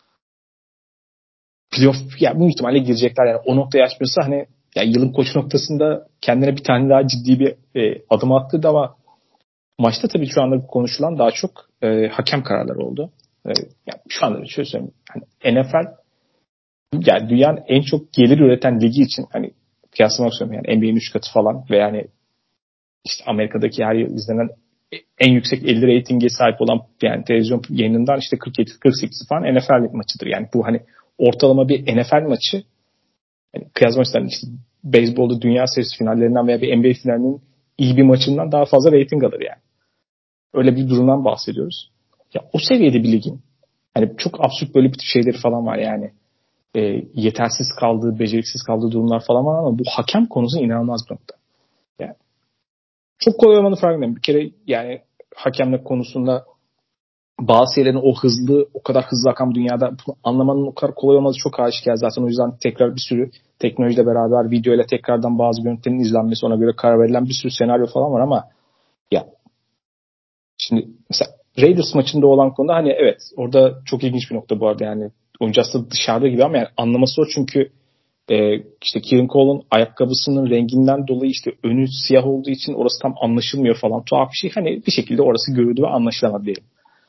Speaker 1: playoff yani bu ihtimalle girecekler yani o noktaya açmıyorsa hani yani yılın koçu noktasında kendine bir tane daha ciddi bir e, adım attı da ama maçta tabii şu anda konuşulan daha çok e, hakem kararları oldu. E, yani şu anda şöyle söyleyeyim hani N F L yani dünyanın en çok gelir üreten ligi için hani kıyaslamak istiyorum yani N B A'nin üç katı falan ve yani işte Amerika'daki her yıl izlenen en yüksek elli reytinge sahip olan yani televizyon yayınından işte kırk yedi kırk sekiz falan N F L maçıdır. Yani bu hani ortalama bir N F L maçı yani kıyaslamak istedim işte beyzbolda dünya serisi finallerinden veya bir N B A finalinin iyi bir maçından daha fazla reyting alır yani. Öyle bir durumdan bahsediyoruz. Ya o seviyede bir ligin hani çok absürt böyle bir tip şeyleri falan var yani. E, yetersiz kaldığı, beceriksiz kaldığı durumlar falan var ama bu hakem konusu inanılmaz bir nokta. Yani çok kolay olmanın farkındayım. Bir kere yani hakemlik konusunda bazı şeylerin o hızlı, o kadar hızlı akan dünyada bunu anlamanın o kadar kolay olması çok aşikar. Zaten o yüzden tekrar bir sürü teknolojiyle beraber video ile tekrardan bazı görüntülerin izlenmesi, ona göre karar verilen bir sürü senaryo falan var ama ya şimdi mesela Raiders maçında olan konuda hani evet orada çok ilginç bir nokta bu arada yani oyuncu aslında dışarıda gibi ama yani anlaması o çünkü e, işte Kieran Cole'un ayakkabısının renginden dolayı işte önü siyah olduğu için orası tam anlaşılmıyor falan tuhaf bir şey. Hani bir şekilde orası görüldü ve anlaşılamadı diyelim.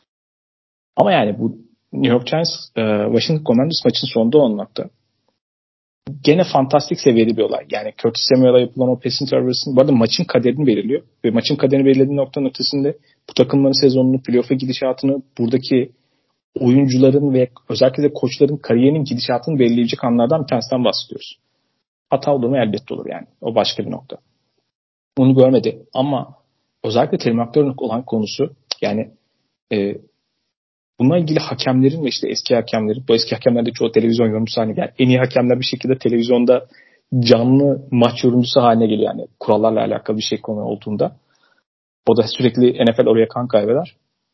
Speaker 1: Ama yani bu New York Giants e, Washington Commanders maçın sonunda olmakta. Gene fantastik seviyede bir olay. Yani Curtis Samuel'a yapılan o pass interference'ın bu arada maçın kaderini belirliyor. Ve maçın kaderini belirlediği noktanın ötesinde bu takımların sezonunu, playoff'a gidişatını, buradaki oyuncuların ve özellikle de koçların kariyerinin gidişatını belirleyecek anlardan bir tanesinden bahsediyoruz. Hata olur mu? Elbette olur yani. O başka bir nokta. Onu görmedi. Ama özellikle Terry McLaurin olan konusu yani e, bununla ilgili hakemlerin ve işte eski hakemlerin, bu eski hakemler de çoğu televizyon yorumcusu haline geliyor. En iyi hakemler bir şekilde televizyonda canlı maç yorumcusu haline geliyor yani kurallarla alakalı bir şey konu olduğunda. O da sürekli N F L oraya kan kaybeder.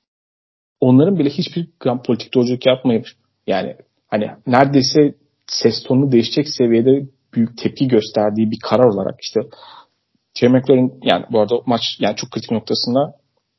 Speaker 1: Onların bile hiçbir gram politik doğruculuk yapmayıp yani hani neredeyse ses tonunu değişecek seviyede büyük tepki gösterdiği bir karar olarak işte Terry McLaurin yani bu arada maç yani çok kritik noktasında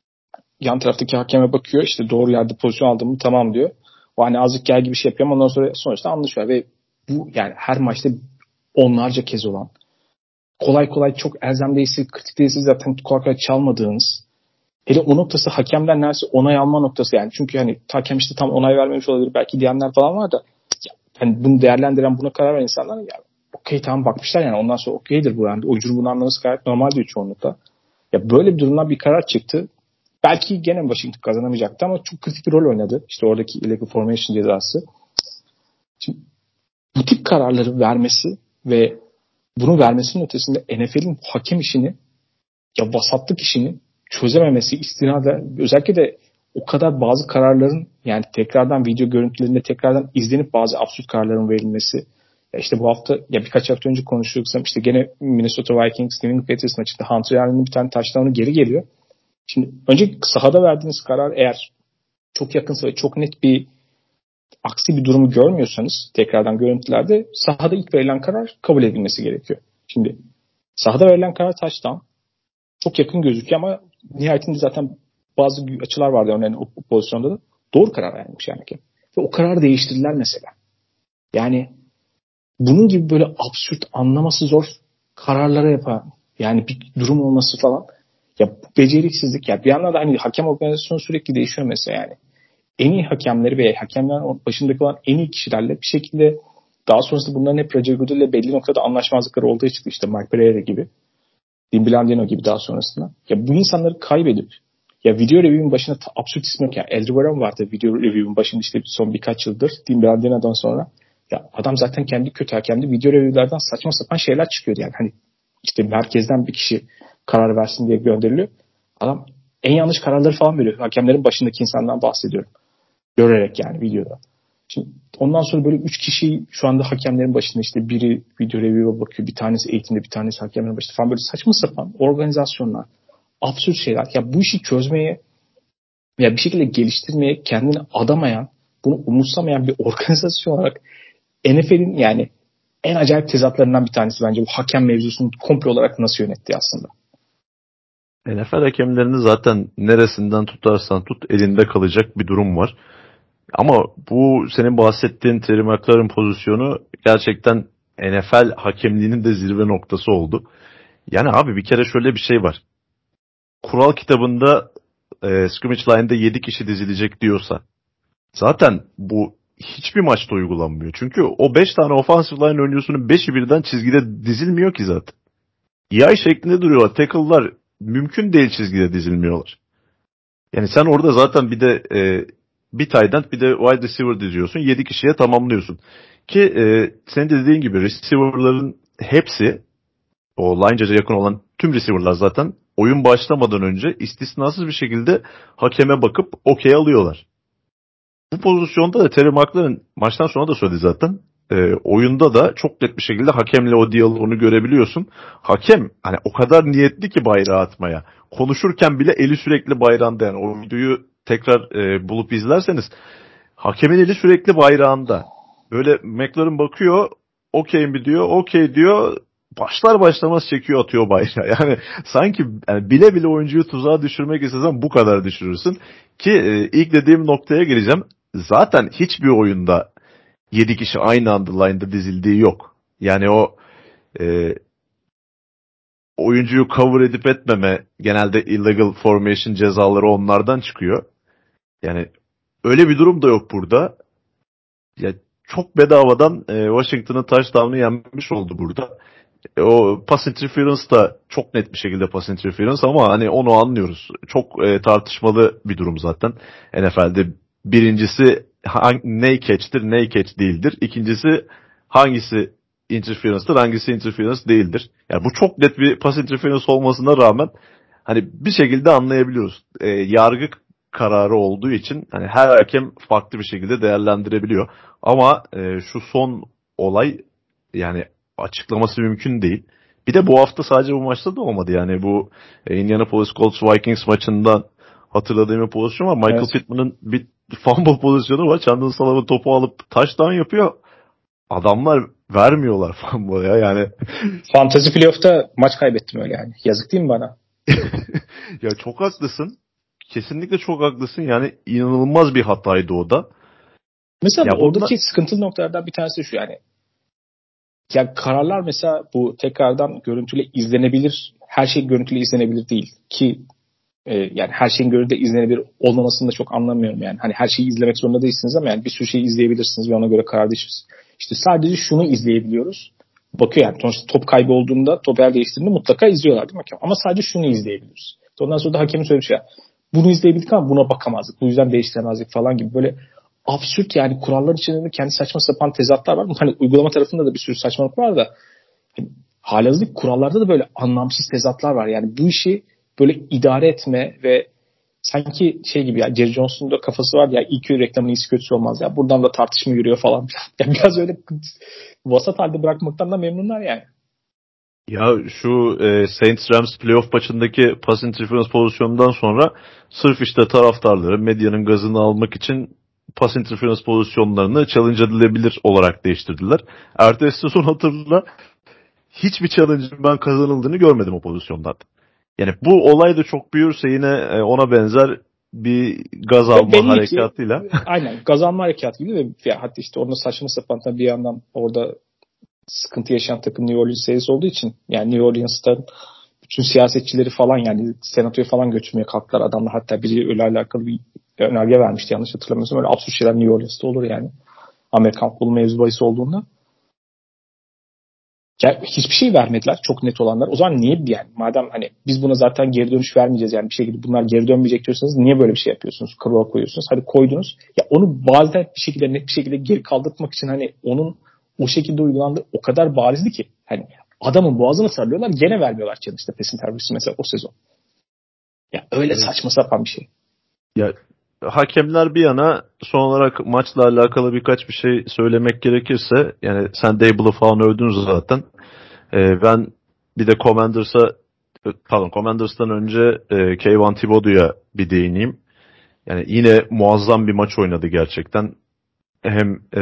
Speaker 1: yan taraftaki hakeme bakıyor işte doğru yerde pozisyon aldım mı tamam diyor. O hani azıcık gel gibi bir şey yapıyor ama ondan sonra sonuçta anlaşıyor ve bu yani her maçta onlarca kez olan kolay kolay çok elzem değilse kritik değilse zaten kolay kolay çalmadığınız hele o noktası hakemden neredeyse onay alma noktası yani çünkü hani hakem işte tam onay vermemiş olabilir belki diyenler falan var da yani bunu değerlendiren buna karar veren insanlar ya okey tamam bakmışlar yani ondan sonra okeydir bu yani oyuncunun bunu anlaması gayet normal diyor çoğunlukla. Ya böyle bir durumdan bir karar çıktı. Belki gene Washington kazanamayacaktı ama çok kritik bir rol oynadı. İşte oradaki illegal formation cezası. Şimdi bu tip kararları vermesi ve bunu vermesinin ötesinde N F L'in hakem işini ya vasatlık işini çözememesi istinaden özellikle de o kadar bazı kararların yani tekrardan video görüntülerinde tekrardan izlenip bazı absürt kararların verilmesi. Ya işte bu hafta ya birkaç hafta önce konuşuyoruz işte gene Minnesota Vikings New England Patriots maçında Hunter Allen'in bir tane touchdown'u geri geliyor. Şimdi önce sahada verdiğiniz karar eğer çok yakınsa ve çok net bir aksi bir durumu görmüyorsanız tekrardan görüntülerde sahada ilk verilen karar kabul edilmesi gerekiyor. Şimdi sahada verilen karar touchdown çok yakın gözüküyor ama nihayetinde zaten bazı açılar vardı örneğin o, o pozisyonda da doğru karar vermiş yani. Ve o kararı değiştirdiler mesela. Yani bunun gibi böyle absürt anlaması zor kararlara yapan yani bir durum olması falan ya bu beceriksizlik ya bir yandan da hani hakem organizasyonu sürekli değişiyor mesela yani. en iyi hakemleri ve hakemlerin başındaki olan en iyi kişilerle bir şekilde daha sonrasında bunların hep Roger Goodell ile belli noktada anlaşmazlıkları olduğu çıktı. İşte Mike Pereira gibi, Dean Blandino gibi daha sonrasında. Ya bu insanları kaybedip ya video review'un başına ta, absürt ismi yok. Yani Eldri Varane vardı video review'un başında işte son birkaç yıldır. Dean Blandino'dan sonra. Ya adam zaten kendi kötü hakemdi. Video review'lerden saçma sapan şeyler çıkıyordu yani. Hani işte merkezden bir kişi karar versin diye gönderiliyor. Adam en yanlış kararları falan veriyor. Hakemlerin başındaki insandan bahsediyorum. Görerek yani videoda. Şimdi ondan sonra böyle üç kişi şu anda hakemlerin başında işte biri video review'a bakıyor. Bir tanesi eğitimde, bir tanesi hakemlerin başında falan böyle saçma sapan organizasyonlar. Absürt şeyler. Ya bu işi çözmeye ya bir şekilde geliştirmeye kendini adamayan, bunu umursamayan bir organizasyon olarak N F L'in yani en acayip tezatlarından bir tanesi bence bu hakem mevzusunu komple olarak nasıl yönetti aslında.
Speaker 2: N F L hakemlerini zaten neresinden tutarsan tut elinde kalacak bir durum var. Ama bu senin bahsettiğin Terry McLaurin pozisyonu gerçekten N F L hakemliğinin de zirve noktası oldu. Yani abi bir kere şöyle bir şey var. Kural kitabında e, scrimmage line'da yedi kişi dizilecek diyorsa zaten bu hiçbir maçta uygulanmıyor. Çünkü o beş tane offensive line oyuncusunun beşi birden çizgide dizilmiyor ki zaten. Yay şeklinde duruyorlar. Tackle'lar mümkün değil çizgide dizilmiyorlar. Yani sen orada zaten bir de e, bir tight end bir de wide receiver diziyorsun. yedi kişiye tamamlıyorsun. Ki e, senin de dediğin gibi receiver'ların hepsi o line judge'a yakın olan tüm receiver'lar zaten oyun başlamadan önce istisnasız bir şekilde hakeme bakıp okey alıyorlar. Bu pozisyonda da Terry McLaurin maçtan sonra da söyledi zaten. E, oyunda da çok net bir şekilde hakemle o diyaloğunu görebiliyorsun. Hakem hani o kadar niyetli ki bayrağı atmaya. Konuşurken bile eli sürekli bayrağında yani o videoyu tekrar e, bulup izlerseniz hakemin eli sürekli bayrağında. Böyle McLaurin bakıyor okey mi diyor okey diyor başlar başlamaz çekiyor atıyor bayrağı. Yani sanki yani bile bile oyuncuyu tuzağa düşürmek istesen bu kadar düşürürsün. Ki e, ilk dediğim noktaya geleceğim. Zaten hiçbir oyunda yedi kişi aynı anda line'da dizildiği yok. Yani o e, oyuncuyu cover edip etmeme genelde illegal formation cezaları onlardan çıkıyor. Yani öyle bir durum da yok burada. Ya çok bedavadan e, Washington'ın touchdown'u yenmiş oldu burada. E, o pass interference da çok net bir şekilde pass interference ama hani onu anlıyoruz. Çok e, tartışmalı bir durum zaten. N F L'de birincisi hang, ne catch'tir ne catch değildir. İkincisi hangisi interference'tır hangisi interference değildir. Yani bu çok net bir pass interference olmasına rağmen hani bir şekilde anlayabiliyoruz. E, yargı kararı olduğu için hani her hakem farklı bir şekilde değerlendirebiliyor. Ama e, şu son olay yani açıklaması mümkün değil. Bir de bu hafta sadece bu maçta da olmadı yani bu e, Indianapolis Colts Vikings maçından hatırladığım bir pozisyon var. Michael evet. Pittman'ın bir fumble pozisyonu var. Chandler Sullivan topu alıp touchdown yapıyor. Adamlar vermiyorlar fumble'ı ya yani.
Speaker 1: Fantasy playoff'ta maç kaybettim öyle yani. Yazık değil mi bana?
Speaker 2: Ya çok haklısın. Kesinlikle çok haklısın. Yani inanılmaz bir hataydı o da.
Speaker 1: Mesela ya oradaki bunlar... sıkıntılı noktalardan bir tanesi şu yani. Ya kararlar mesela bu tekrardan görüntüyle izlenebilir. Her şey görüntüyle izlenebilir değil. Ki e, yani her şeyin görüntüyle izlenebilir olmamasını da çok anlamıyorum yani. Hani her şeyi izlemek zorunda değilsiniz ama yani bir sürü şeyi izleyebilirsiniz ve ona göre karar değişiriz. İşte sadece şunu izleyebiliyoruz. Bakıyor yani sonuçta top kaybı olduğunda top el değiştirdiğinde mutlaka izliyorlar değil mi hakem? Ama sadece şunu izleyebiliyoruz. Ondan sonra da hakemin söylemiş ya bunu izleyebildik ama buna bakamazdık. Bu yüzden değiştiremezdik falan gibi böyle absürt yani kurallar içinde kendi saçma sapan tezatlar var. Hani uygulama tarafında da bir sürü saçmalık var da hani, halihazırda kurallarda da böyle anlamsız tezatlar var. Yani bu işi böyle idare etme ve sanki şey gibi ya Jerry Jones'un da kafası var ya İ Q reklamının iyisi kötüsü olmaz ya buradan da tartışma yürüyor falan. Yani biraz öyle vasat halde bırakmaktan da memnunlar yani.
Speaker 2: Ya şu e, Saints Rams playoff maçındaki pass interference pozisyonundan sonra sırf işte taraftarları medyanın gazını almak için pass interference pozisyonlarını challenge edilebilir olarak değiştirdiler. Ertesi sezon hatırla hiçbir challenge'ın ben kazanıldığını görmedim o pozisyonlarda. Yani bu olay da çok büyürse yine e, ona benzer bir gaz alma Belli harekatıyla.
Speaker 1: Ki, aynen gaz alma harekatı gibi ve hatta işte orada saçma sapan tabii bir yandan orada sıkıntı yaşayan takım New Orleans serisi olduğu için yani New Orleans'tan bütün siyasetçileri falan yani senatoya falan götürmeye kalktılar adamlar. Hatta biri öyle alakalı bir önerge vermişti yanlış hatırlamıyorsam. Öyle absürt şeyler New Orleans'ta olur yani. Amerikan futbolu mevzu bahis olduğunda. Ya, hiçbir şey vermediler çok net olanlar. O zaman niye yani? Madem hani biz buna zaten geri dönüş vermeyeceğiz yani bir şekilde bunlar geri dönmeyecek diyorsanız niye böyle bir şey yapıyorsunuz? Kırığa koyuyorsunuz. Hadi koydunuz. Ya onu bazen bir şekilde net bir şekilde geri kaldırmak için hani onun o şekilde uygulandığı o kadar barizdi ki hani adamın boğazını sarılıyorlar gene vermiyorlar challenge'da pesin terbiyesi mesela o sezon. Ya öyle
Speaker 2: Evet.
Speaker 1: saçma sapan bir şey.
Speaker 2: Ya hakemler bir yana son olarak maçla alakalı birkaç bir şey söylemek gerekirse yani sen Dable'ı falan övdün zaten. Ee, ben bir de Commanders'a pardon Commanders'tan önce e, Kayvon Thibodeau'ya bir değineyim. Yani yine muazzam bir maç oynadı gerçekten. Hem e,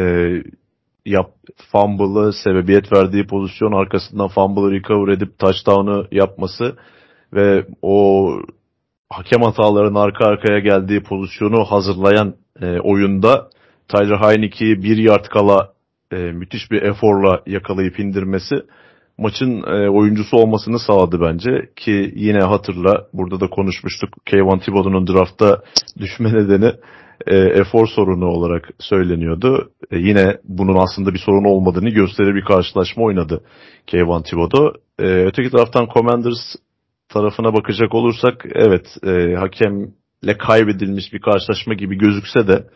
Speaker 2: yap fumble'ı sebebiyet verdiği pozisyon arkasından fumble'ı recover edip touchdown'ı yapması ve o hakem hatalarının arka arkaya geldiği pozisyonu hazırlayan e, oyunda Tyler Heinicke'yi bir yard kala e, müthiş bir eforla yakalayıp indirmesi maçın e, oyuncusu olmasını sağladı bence ki yine hatırla burada da konuşmuştuk Kayvon Thibodeau'nun draftta düşme nedeni e, efor sorunu olarak söyleniyordu. E, yine bunun aslında bir sorun olmadığını gösterir bir karşılaşma oynadı Kayvon Thibodeau. E, öteki taraftan Commanders tarafına bakacak olursak evet e, hakemle kaybedilmiş bir karşılaşma gibi gözükse de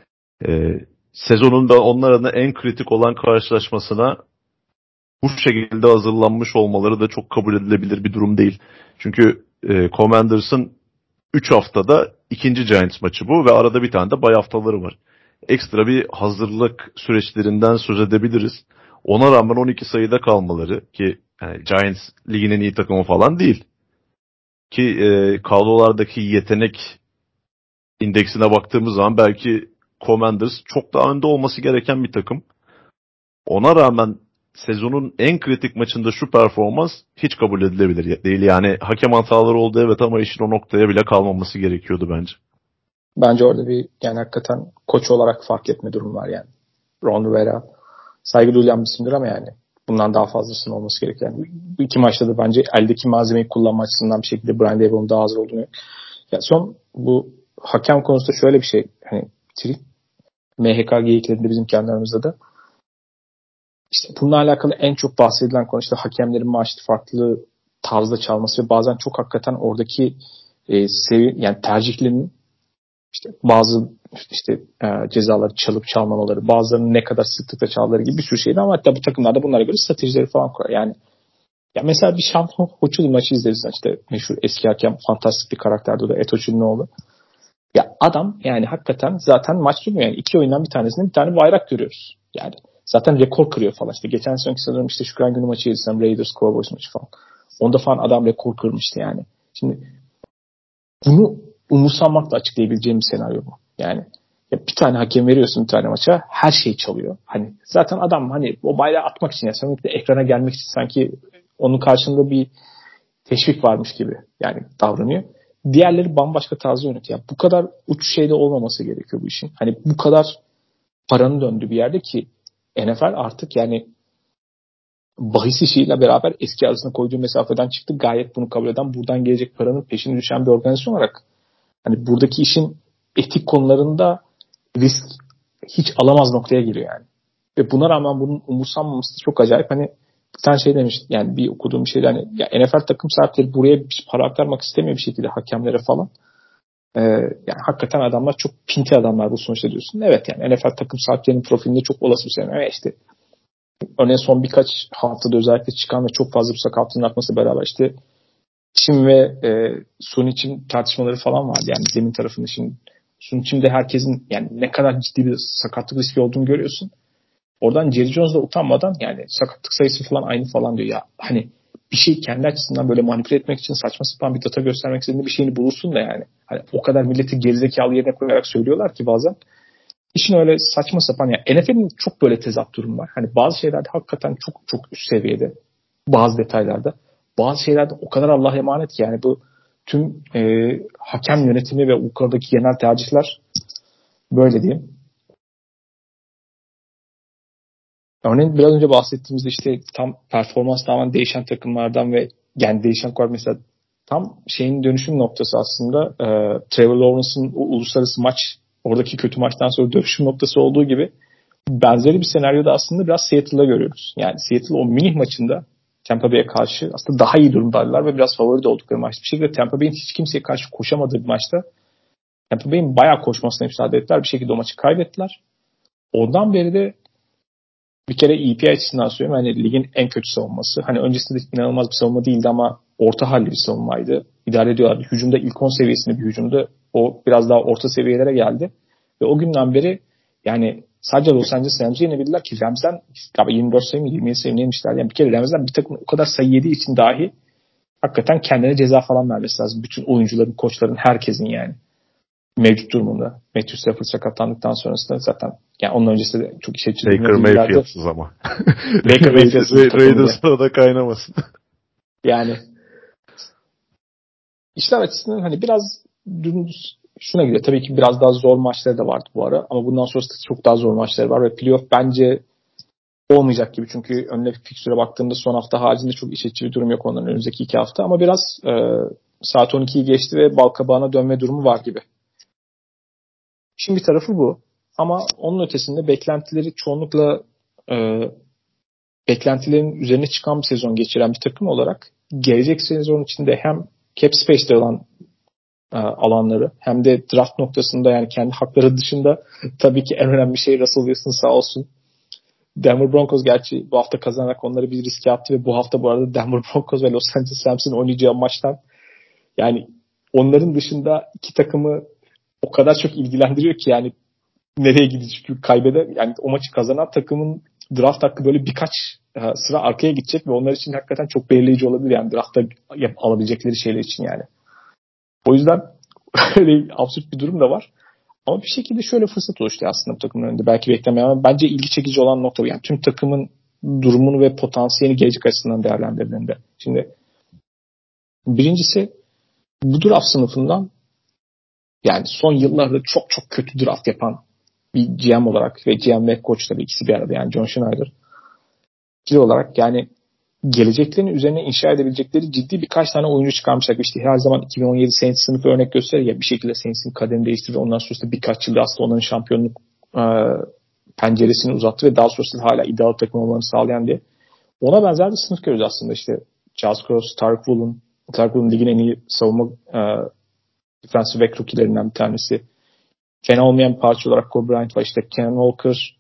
Speaker 2: e, sezonun da onlar adına en kritik olan karşılaşmasına bu şekilde hazırlanmış olmaları da çok kabul edilebilir bir durum değil. Çünkü e, Commanders'ın üç haftada ikinci Giants maçı bu ve arada bir tane de bay haftaları var. Ekstra bir hazırlık süreçlerinden söz edebiliriz. Ona rağmen on iki sayıda kalmaları ki yani Giants liginin iyi takımı falan değil. Ki e, kadrolardaki yetenek indeksine baktığımız zaman belki Commanders çok daha önde olması gereken bir takım. Ona rağmen sezonun en kritik maçında şu performans hiç kabul edilebilir değil. Yani hakem hataları oldu evet ama işin o noktaya bile kalmaması gerekiyordu bence.
Speaker 1: Bence orada bir yani hakikaten koç olarak fark etme durum var yani. Ron Rivera saygı duyulan bir isimdir ama yani bundan daha fazlasının olması gerekiyor. Yani bu iki maçta da bence eldeki malzemeyi kullanma açısından bir şekilde Brian Daboll'un daha hazır olduğunu. Ya son bu hakem konusunda şöyle bir şey hani bitireyim. M H K geyiklerinde bizim kendi aramızda da işte bununla alakalı en çok bahsedilen konu işte hakemlerin maaşı farklı tarzda çalması ve bazen çok hakikaten oradaki e, sevi yani tercihlerinin işte bazı işte e, cezaları çalıp çalmamaları, bazılarının ne kadar sıklıkla çaldıkları gibi bir sürü şeydi ama hatta bu takımlarda bunlara göre stratejileri falan kurar. Yani ya mesela bir şampiyon Hoçulu maçı izleriz işte meşhur eski hakem fantastik bir karakterdi o da Eto Çulinoğlu. Ya adam yani hakikaten zaten maç sürmüyor. Yani iki oyundan bir tanesinde bir tane bayrak görüyoruz. Yani zaten rekor kırıyor falan. İşte geçen seneki sanırım işte Şükran Günü maçı izlesem Raiders Cowboys maçı falan. Onda falan adam rekor kırmıştı yani. Şimdi bunu umursamakla açıklayabileceğim bir senaryo bu. Yani ya bir tane hakem veriyorsun bir tane maça her şeyi çalıyor. Hani zaten adam hani o bayrağı atmak için ya yani, ekrana gelmek için sanki onun karşında bir teşvik varmış gibi yani davranıyor. Diğerleri bambaşka tarzda yönetiyor. Yani bu kadar uç şeyde olmaması gerekiyor bu işin. Hani bu kadar paranın döndüğü bir yerde ki N F L artık yani bahis işiyle beraber eski arasına koyduğu mesafeden çıktı. Gayet bunu kabul eden, buradan gelecek paranın peşine düşen bir organizasyon olarak hani buradaki işin etik konularında risk hiç alamaz noktaya giriyor yani. Ve buna rağmen bunun umursanmaması çok acayip. Hani bir tane şey demiş yani bir okuduğum bir şeyde hani ya N F L takım sahipleri buraya para aktarmak istemiyor bir şekilde hakemlere falan. Ee, yani hakikaten adamlar çok pinti adamlar bu sonuçta diyorsun. Evet yani N F L takım sahiplerinin profilinde çok olası bir şey. Evet işte örneğin son birkaç haftada özellikle çıkan ve çok fazla bu sakatlığın artması beraber işte Çin ve e, Sun için tartışmaları falan vardı. Yani zemin tarafında şimdi Sun içinde herkesin yani ne kadar ciddi bir sakatlık riski olduğunu görüyorsun. Oradan Jerry Jones da utanmadan yani sakatlık sayısı falan aynı falan diyor. Ya hani bir şey kendi açısından böyle manipüle etmek için saçma sapan bir data göstermek istediğinde bir şeyini bulursun da yani. Hani o kadar milleti gerizekalı yerine koyarak söylüyorlar ki bazen. İşin öyle saçma sapan ya N F L'in çok böyle tezat durum var. Hani bazı şeylerde hakikaten çok çok üst seviyede. Bazı detaylarda. Bazı şeylerde o kadar Allah'a emanet ki yani bu tüm e, hakem yönetimi ve yukarıdaki genel tercihler böyle diyeyim. Örneğin biraz önce bahsettiğimizde işte tam performans tamamen değişen takımlardan ve yani değişen kuart mesela tam şeyin dönüşüm noktası aslında e, Trevor Lawrence'ın o uluslararası maç, oradaki kötü maçtan sonra dönüşüm noktası olduğu gibi benzeri bir senaryoda aslında biraz Seattle'da görüyoruz. Yani Seattle o Münih maçında Tampa Bay'e karşı aslında daha iyi durumdalar ve biraz favori de oldukları maçta. Bir şekilde Tampa Bay'in hiç kimseye karşı koşamadığı bir maçta Tampa Bay'in bayağı koşmasına müsaade ettiler. Bir şekilde o maçı kaybettiler. Ondan beri de bir kere E P I açısından söylüyorum. Hani ligin en kötü savunması. Hani öncesinde inanılmaz bir savunma değildi ama orta halli bir savunmaydı. İdare ediyorlardı. Hücumda ilk on seviyesinde bir hücumdu. O biraz daha orta seviyelere geldi. Ve o günden beri yani sadece Los Angeles Rams'ı yenebildiler ki Rams'den galiba yirmi dört sayı mı yirmi yedi sayı yemişler. Yani bir kere Rams'den bir takım o kadar sayı yediği için dahi hakikaten kendine ceza falan vermesi lazım. Bütün oyuncuların, koçların, herkesin yani. Mevcut durumunda. Matthew Stafford sakatlandıktan sonrasında zaten yani onun öncesinde de çok iş açıcı
Speaker 2: Baker Mayfield'sız ama.
Speaker 1: Baker Mayfield'sız
Speaker 2: Raiders'la da kaynamasın.
Speaker 1: Yani işler açısından hani biraz dümdüz şuna gidiyor. Tabii ki biraz daha zor maçları da vardı bu ara ama bundan sonrası çok daha zor maçları var ve playoff bence olmayacak gibi. Çünkü önüne fikstüre baktığımda son hafta haricinde çok iş açıcı bir durum yok onların önümüzdeki iki hafta ama biraz e, saat on ikiyi geçti ve bal kabağına dönme durumu var gibi. Şimdi bir tarafı bu. Ama onun ötesinde beklentileri çoğunlukla e, beklentilerin üzerine çıkan bir sezon geçiren bir takım olarak gelecek sezon içinde hem cap space'de olan e, alanları hem de draft noktasında yani kendi hakları dışında tabii ki en önemli şey Russell Wilson sağ olsun. Denver Broncos gerçi bu hafta kazanarak onları bir riske attı ve bu hafta bu arada Denver Broncos ve Los Angeles Rams'in oynayacağı maçtan yani onların dışında iki takımı o kadar çok ilgilendiriyor ki yani nereye gidecek çünkü kaybede yani o maçı kazanan takımın draft hakkı böyle birkaç sıra arkaya gidecek ve onlar için hakikaten çok belirleyici olabilir yani draftta alabilecekleri şeyler için yani. O yüzden öyle absürt bir durum da var. Ama bir şekilde şöyle fırsat oluştu aslında bu takımın önünde. Belki beklemeyen ama bence ilgi çekici olan nokta bu. Yani tüm takımın durumunu ve potansiyelini gelecek açısından değerlendirdiğinde. Şimdi birincisi bu draft sınıfından yani son yıllarda çok çok kötü draft yapan bir G M olarak ve G M ve koç tabii ikisi bir arada yani John Schneider ikili olarak yani geleceklerini üzerine inşa edebilecekleri ciddi birkaç tane oyuncu çıkarmışlar. İşte her zaman iki bin on yedi Saints sınıfı örnek gösterir ya bir şekilde Saints'in kaderini değiştirdi. Ondan sonra birkaç yılda aslında onların şampiyonluk e, penceresini uzattı ve daha sonrasında hala ideal takım olmalarını sağlayan diye. Ona benzer bir sınıf görüyoruz aslında işte Charles Cross, Tarek Woolen, Tarek Woolen ligin en iyi savunma e, defensive back rookie'lerinden bir tanesi. Fena olmayan bir parça olarak Kobe Bryant var. İşte Ken Walker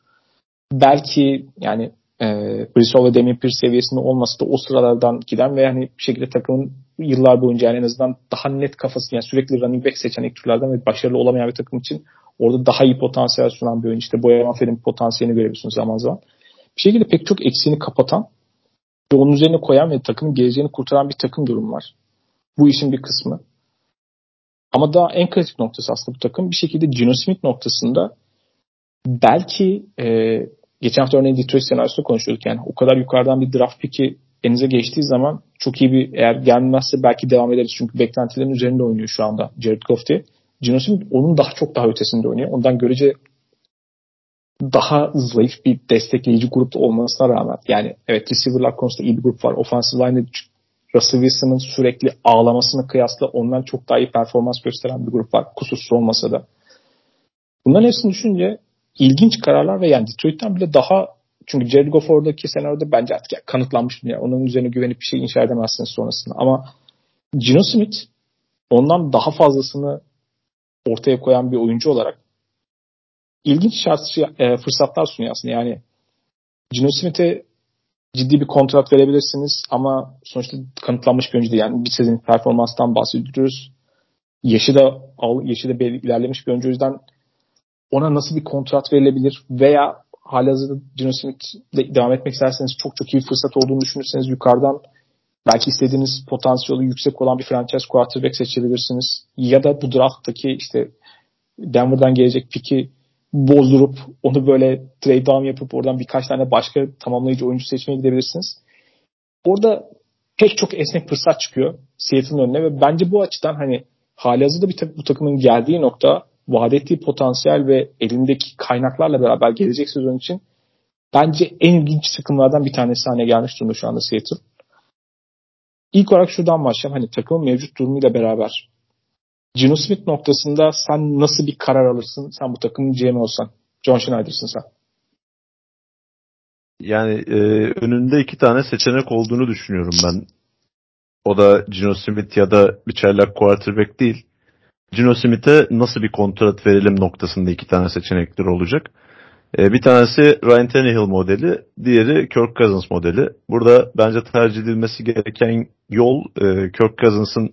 Speaker 1: belki yani e, Brissol ve Damien Pierce seviyesinde olması da o sıralardan giden ve yani bir şekilde takımın yıllar boyunca yani en azından daha net kafasını yani sürekli running back seçen ilk turlardan ve başarılı olamayan bir takım için orada daha iyi potansiyel sunan bir oyuncu. İşte Boyan Fer'in potansiyelini görebiliyorsunuz zaman zaman. Bir şekilde pek çok eksiğini kapatan ve onun üzerine koyan ve takımın geleceğini kurtaran bir takım durumu var. Bu işin bir kısmı. Ama daha en kritik noktası aslında bu takım bir şekilde Geno Smith noktasında belki e, geçen hafta örneğin Detroit senaryosunda konuşuyorduk yani o kadar yukarıdan bir draft pick'i elinize geçtiği zaman çok iyi bir eğer gelmezse belki devam ederiz çünkü beklentilerin üzerinde oynuyor şu anda Jared Goff diye. Geno Smith onun daha çok daha ötesinde oynuyor. Ondan görece daha zayıf bir destekleyici grupta olmasına rağmen yani evet receiver'lar konusunda iyi bir grup var. Offensive line'de Russell Wilson'ın sürekli ağlamasına kıyasla ondan çok daha iyi performans gösteren bir grup var. Kusursuz olmasa da. Bunların hepsini düşününce ilginç kararlar ve yani Detroit'ten bile daha çünkü Jared Goff oradaki senaryoda bence artık kanıtlanmış bir yer. Onun üzerine güvenip bir şey inşa edemezsiniz sonrasında. Ama Geno Smith ondan daha fazlasını ortaya koyan bir oyuncu olarak ilginç şart, e, fırsatlar sunuyor aslında. Yani Geno Smith'e ciddi bir kontrat verebilirsiniz ama sonuçta kanıtlanmış bir oyuncu değil. Yani bir sezon performanstan bahsediyoruz. Yaşı da yaşı da ilerlemiş bir oyuncu. O yüzden ona nasıl bir kontrat verilebilir veya halihazırda Geno Smith'le devam etmek isterseniz çok çok iyi bir fırsat olduğunu düşünürseniz yukarıdan belki istediğiniz potansiyeli yüksek olan bir franchise quarterback seçebilirsiniz. Ya da bu drafttaki işte Denver'dan gelecek pick'i bozdurup onu böyle trade down yapıp oradan birkaç tane başka tamamlayıcı oyuncu seçmeye gidebilirsiniz. Orada pek çok esnek fırsat çıkıyor Seattle'ın önüne ve bence bu açıdan hani halihazırda bir tak- bu takımın geldiği nokta vaat ettiği potansiyel ve elindeki kaynaklarla beraber gelecek sezon için bence en ilginç takımlardan bir tanesi haline gelmiş durumda şu anda Seattle. ilk olarak şuradan başlayalım. Hani takımın mevcut durumuyla beraber Geno Smith noktasında sen nasıl bir karar alırsın? Sen bu takımın G M olsan. John Schneider'sın sen.
Speaker 2: Yani e, önünde iki tane seçenek olduğunu düşünüyorum ben. O da Geno Smith ya da bir çaylak quarterback değil. Geno Smith'e nasıl bir kontrat verelim noktasında iki tane seçenekleri olacak. E, bir tanesi Ryan Tannehill modeli, diğeri Kirk Cousins modeli. Burada bence tercih edilmesi gereken yol e, Kirk Cousins'ın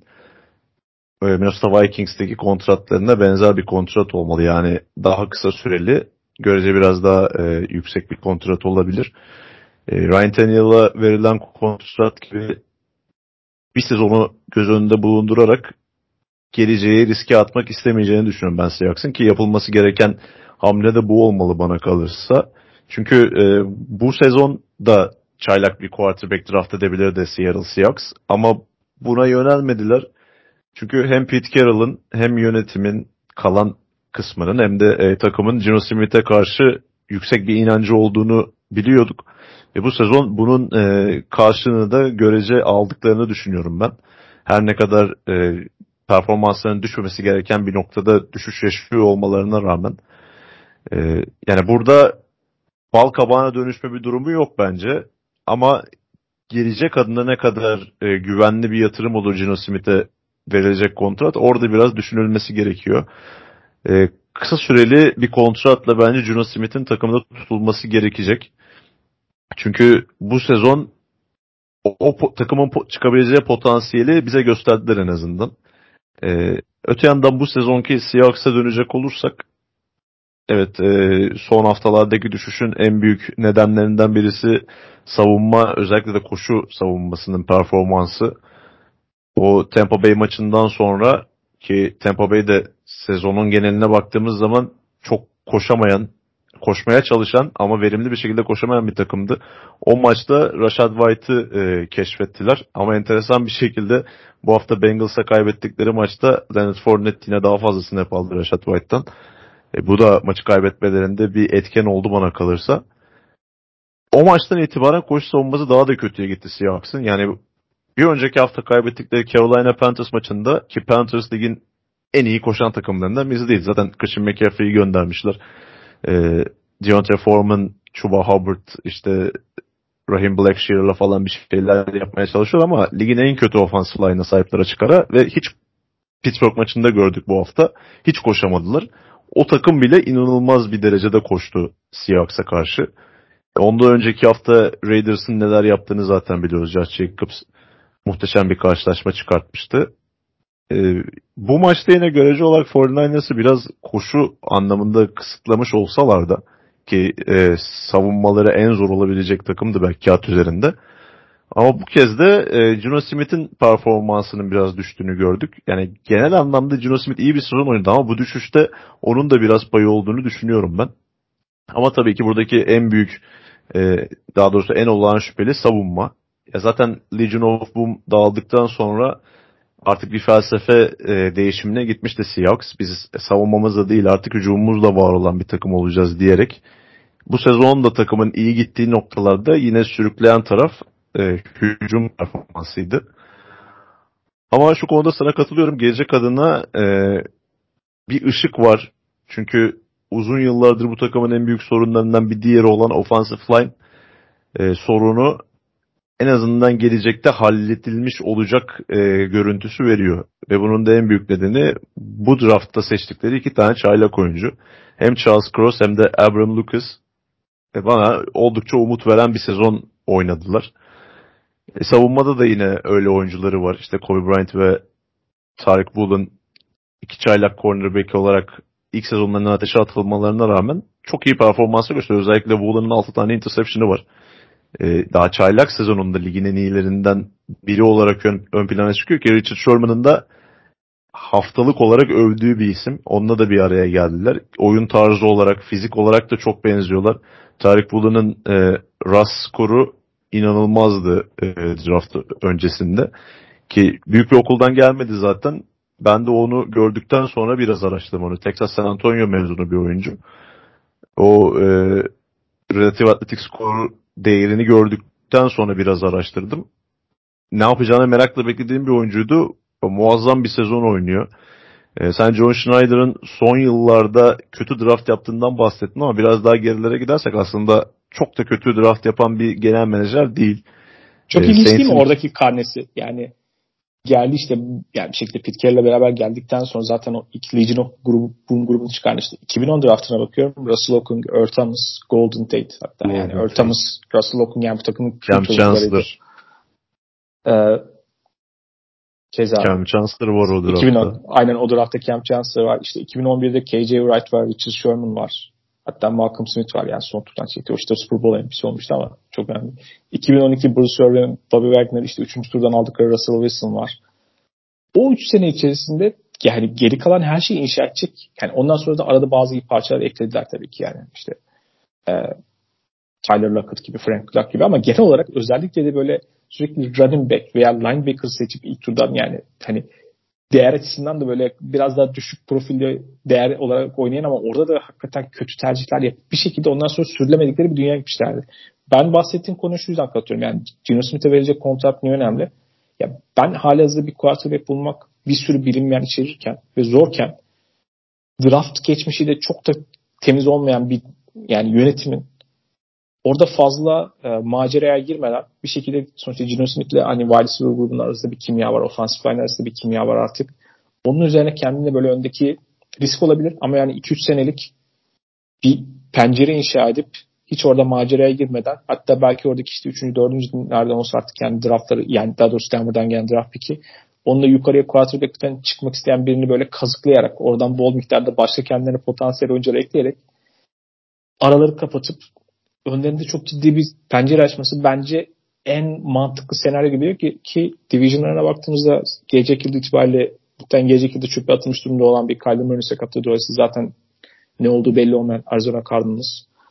Speaker 2: e, Minnesota Vikings'teki kontratlarına benzer bir kontrat olmalı. Yani daha kısa süreli, görece biraz daha e, yüksek bir kontrat olabilir. E, Ryan Tannehill'a verilen kontrat gibi bir sezonu göz önünde bulundurarak geleceği riske atmak istemeyeceğini düşünüyorum ben Seahawks'ın, ki yapılması gereken hamle de bu olmalı bana kalırsa. Çünkü e, bu sezon da çaylak bir quarterback draft edebilirdi Seattle Seahawks ama buna yönelmediler. Çünkü hem Pete Carroll'ın hem yönetimin kalan kısmının hem de e, takımın Geno Smith'e karşı yüksek bir inancı olduğunu biliyorduk. Ve bu sezon bunun e, karşılığını da görece aldıklarını düşünüyorum ben. Her ne kadar e, performanslarının düşmemesi gereken bir noktada düşüş yaşıyor olmalarına rağmen. E, yani burada bal kabağına dönüşme bir durumu yok bence. Ama gelecek adına ne kadar e, güvenli bir yatırım olur Geno Smith'e verilecek kontrat, orada biraz düşünülmesi gerekiyor. E, kısa süreli bir kontratla bence Geno Smith'in takımda tutulması gerekecek. Çünkü bu sezon o, o po- takımın po- çıkabileceği potansiyeli bize gösterdiler en azından. E, öte yandan bu sezonki Seahawks'a dönecek olursak, evet, e, son haftalardaki düşüşün en büyük nedenlerinden birisi savunma, özellikle de koşu savunmasının performansı. O Tampa Bay maçından sonra, ki Tampa Bay'de sezonun geneline baktığımız zaman çok koşamayan, koşmaya çalışan ama verimli bir şekilde koşamayan bir takımdı. O maçta Rashad White'ı e, keşfettiler ama enteresan bir şekilde bu hafta Bengals'a kaybettikleri maçta Leonard Fournette yine daha fazla snap aldı Rashad White'tan. E, bu da maçı kaybetmelerinde bir etken oldu bana kalırsa. O maçtan itibaren koşu savunması daha da kötüye gitti Seahawks'ın. Yani bir önceki hafta kaybettikleri Carolina Panthers maçında, ki Panthers ligin en iyi koşan takımlarından birisi değil. Zaten Christian McCaffrey'i göndermişler. Ee, Deontay Foreman, Chuba Hubbard, işte Raheem Blackshear'la falan bir şeyler yapmaya çalışıyor ama ligin en kötü offensive line'a sahipler açık ara ve hiç, Pittsburgh maçında gördük bu hafta, hiç koşamadılar. O takım bile inanılmaz bir derecede koştu Seahawks'a karşı. Ondan önceki hafta Raiders'ın neler yaptığını zaten biliyoruz. Josh Jacobs muhteşem bir karşılaşma çıkartmıştı. Ee, bu maçta yine görece olarak kırk dokuzlar'ı biraz koşu anlamında kısıtlamış olsalar da, ki e, savunmaları en zor olabilecek takımdı belki kağıt üzerinde. Ama bu kez de e, Geno Smith'in performansının biraz düştüğünü gördük. Yani genel anlamda Geno Smith iyi bir sezon oynadı ama bu düşüşte onun da biraz payı olduğunu düşünüyorum ben. Ama tabii ki buradaki en büyük, e, daha doğrusu en olağan şüpheli savunma. Ya zaten Legion of Boom dağıldıktan sonra artık bir felsefe e, değişimine gitmişti Seahawks. Biz savunmamızla değil artık hücumumuzla var olan bir takım olacağız diyerek. Bu sezon da takımın iyi gittiği noktalarda yine sürükleyen taraf e, hücum performansıydı. Ama şu konuda sana katılıyorum. Gelecek adına e, bir ışık var. Çünkü uzun yıllardır bu takımın en büyük sorunlarından bir diğeri olan offensive line e, sorunu en azından gelecekte halledilmiş olacak e, görüntüsü veriyor. Ve bunun da en büyük nedeni bu draftta seçtikleri iki tane çaylak oyuncu. Hem Charles Cross hem de Abram Lucas e, bana oldukça umut veren bir sezon oynadılar. E, savunmada da yine öyle oyuncuları var. İşte Kobe Bryant ve Tariq Woolen iki çaylak cornerback olarak ilk sezonlarına ateşe atılmalarına rağmen çok iyi performansı gösteriyor. Özellikle Woolen'ın altı tane interception'ı var. Ee, daha çaylak sezonunda ligin en iyilerinden biri olarak ön, ön plana çıkıyor ki Richard Sherman'ın da haftalık olarak övdüğü bir isim. Onunla da bir araya geldiler. Oyun tarzı olarak, fizik olarak da çok benziyorlar. Tariq Woolen'ın e, R A S skoru inanılmazdı e, draft öncesinde. Ki büyük bir okuldan gelmedi zaten. Ben de onu gördükten sonra biraz araştırdım onu. Texas San Antonio mezunu bir oyuncu. O e, Relative Athletic Score değerini gördükten sonra biraz araştırdım. ne yapacağını merakla beklediğim bir oyuncuydu. Muazzam bir sezon oynuyor. Ee, sen John Schneider'ın son yıllarda kötü draft yaptığından bahsettin ama biraz daha gerilere gidersek aslında çok da kötü draft yapan bir genel menajer değil.
Speaker 1: Çok
Speaker 2: ee,
Speaker 1: ilginç değil mi
Speaker 2: Saints'in...
Speaker 1: oradaki karnesi? Yani geldi işte, yani bir şekilde Pete Carroll'la beraber geldikten sonra zaten o ilk Legion of grubu, Boom grubunu çıkardı. İşte iki bin on draftına bakıyorum. Russell Okung, Earl Thomas, Golden Tate hatta.
Speaker 2: Golden
Speaker 1: yani Earl
Speaker 2: Tate.
Speaker 1: Thomas, Russell Okung yani bu takımın
Speaker 2: Cam
Speaker 1: kült oyuncularıydı. Ee, keza
Speaker 2: Cam Chancellor var o draftta.
Speaker 1: iki bin on, aynen o draftta Cam Chancellor var. İşte iki bin on birde K J Wright var, Richard Sherman var. Hatta Malcolm Smith var, yani son turdan çekti. O işte Super Bowl M V P'si olmuştu ama çok önemli. iki bin on iki Bruce Irvin, Bobby Wagner, işte üçüncü turdan aldıkları Russell Wilson var. O üç sene içerisinde yani geri kalan her şeyi inşa edecek. Yani ondan sonra da arada bazı parçalar eklediler tabii ki yani. İşte e, Tyler Lockett gibi, Frank Clark gibi, ama genel olarak özellikle de böyle sürekli running back veya linebacker seçip ilk turdan, yani hani değer açısından da böyle biraz daha düşük profilde değer olarak oynayan ama orada da hakikaten kötü tercihler yapıp bir şekilde ondan sonra sürülemedikleri bir dünya gitmişlerdi. Ben bahsettiğim konuyu şu yüzden katıyorum. Yani Geno Smith'e verecek kontrat ne önemli? Ya ben halihazırda bir quarterback bulmak bir sürü bilinmeyen içerirken ve zorken, draft geçmişi de çok da temiz olmayan bir yani yönetimin orada fazla e, maceraya girmeden bir şekilde sonuçta Geno Smith'le hani wide receiver grubunun arasında bir kimya var. Offensive line arasında bir kimya var artık. Onun üzerine kendine böyle öndeki risk olabilir ama yani iki üç senelik bir pencere inşa edip hiç orada maceraya girmeden, hatta belki oradaki işte üçüncü dördüncü nereden olsa artık yani draftları, yani daha doğrusu Denver'dan gelen draft pick'i, onunla yukarıya quarterback'ten çıkmak isteyen birini böyle kazıklayarak, oradan bol miktarda başka kendilerine potansiyel oyuncuları ekleyerek araları kapatıp önlerinde çok ciddi bir pencere açması bence en mantıklı senaryo gibi ki, ki division'larına baktığımızda gelecek yıl itibariyle muhtemelen gelecek yılda çöpe atılmış durumda olan bir Kyler Murray sakatlığı dolayısıyla zaten ne olduğu belli olmayan Arizona Cardinals.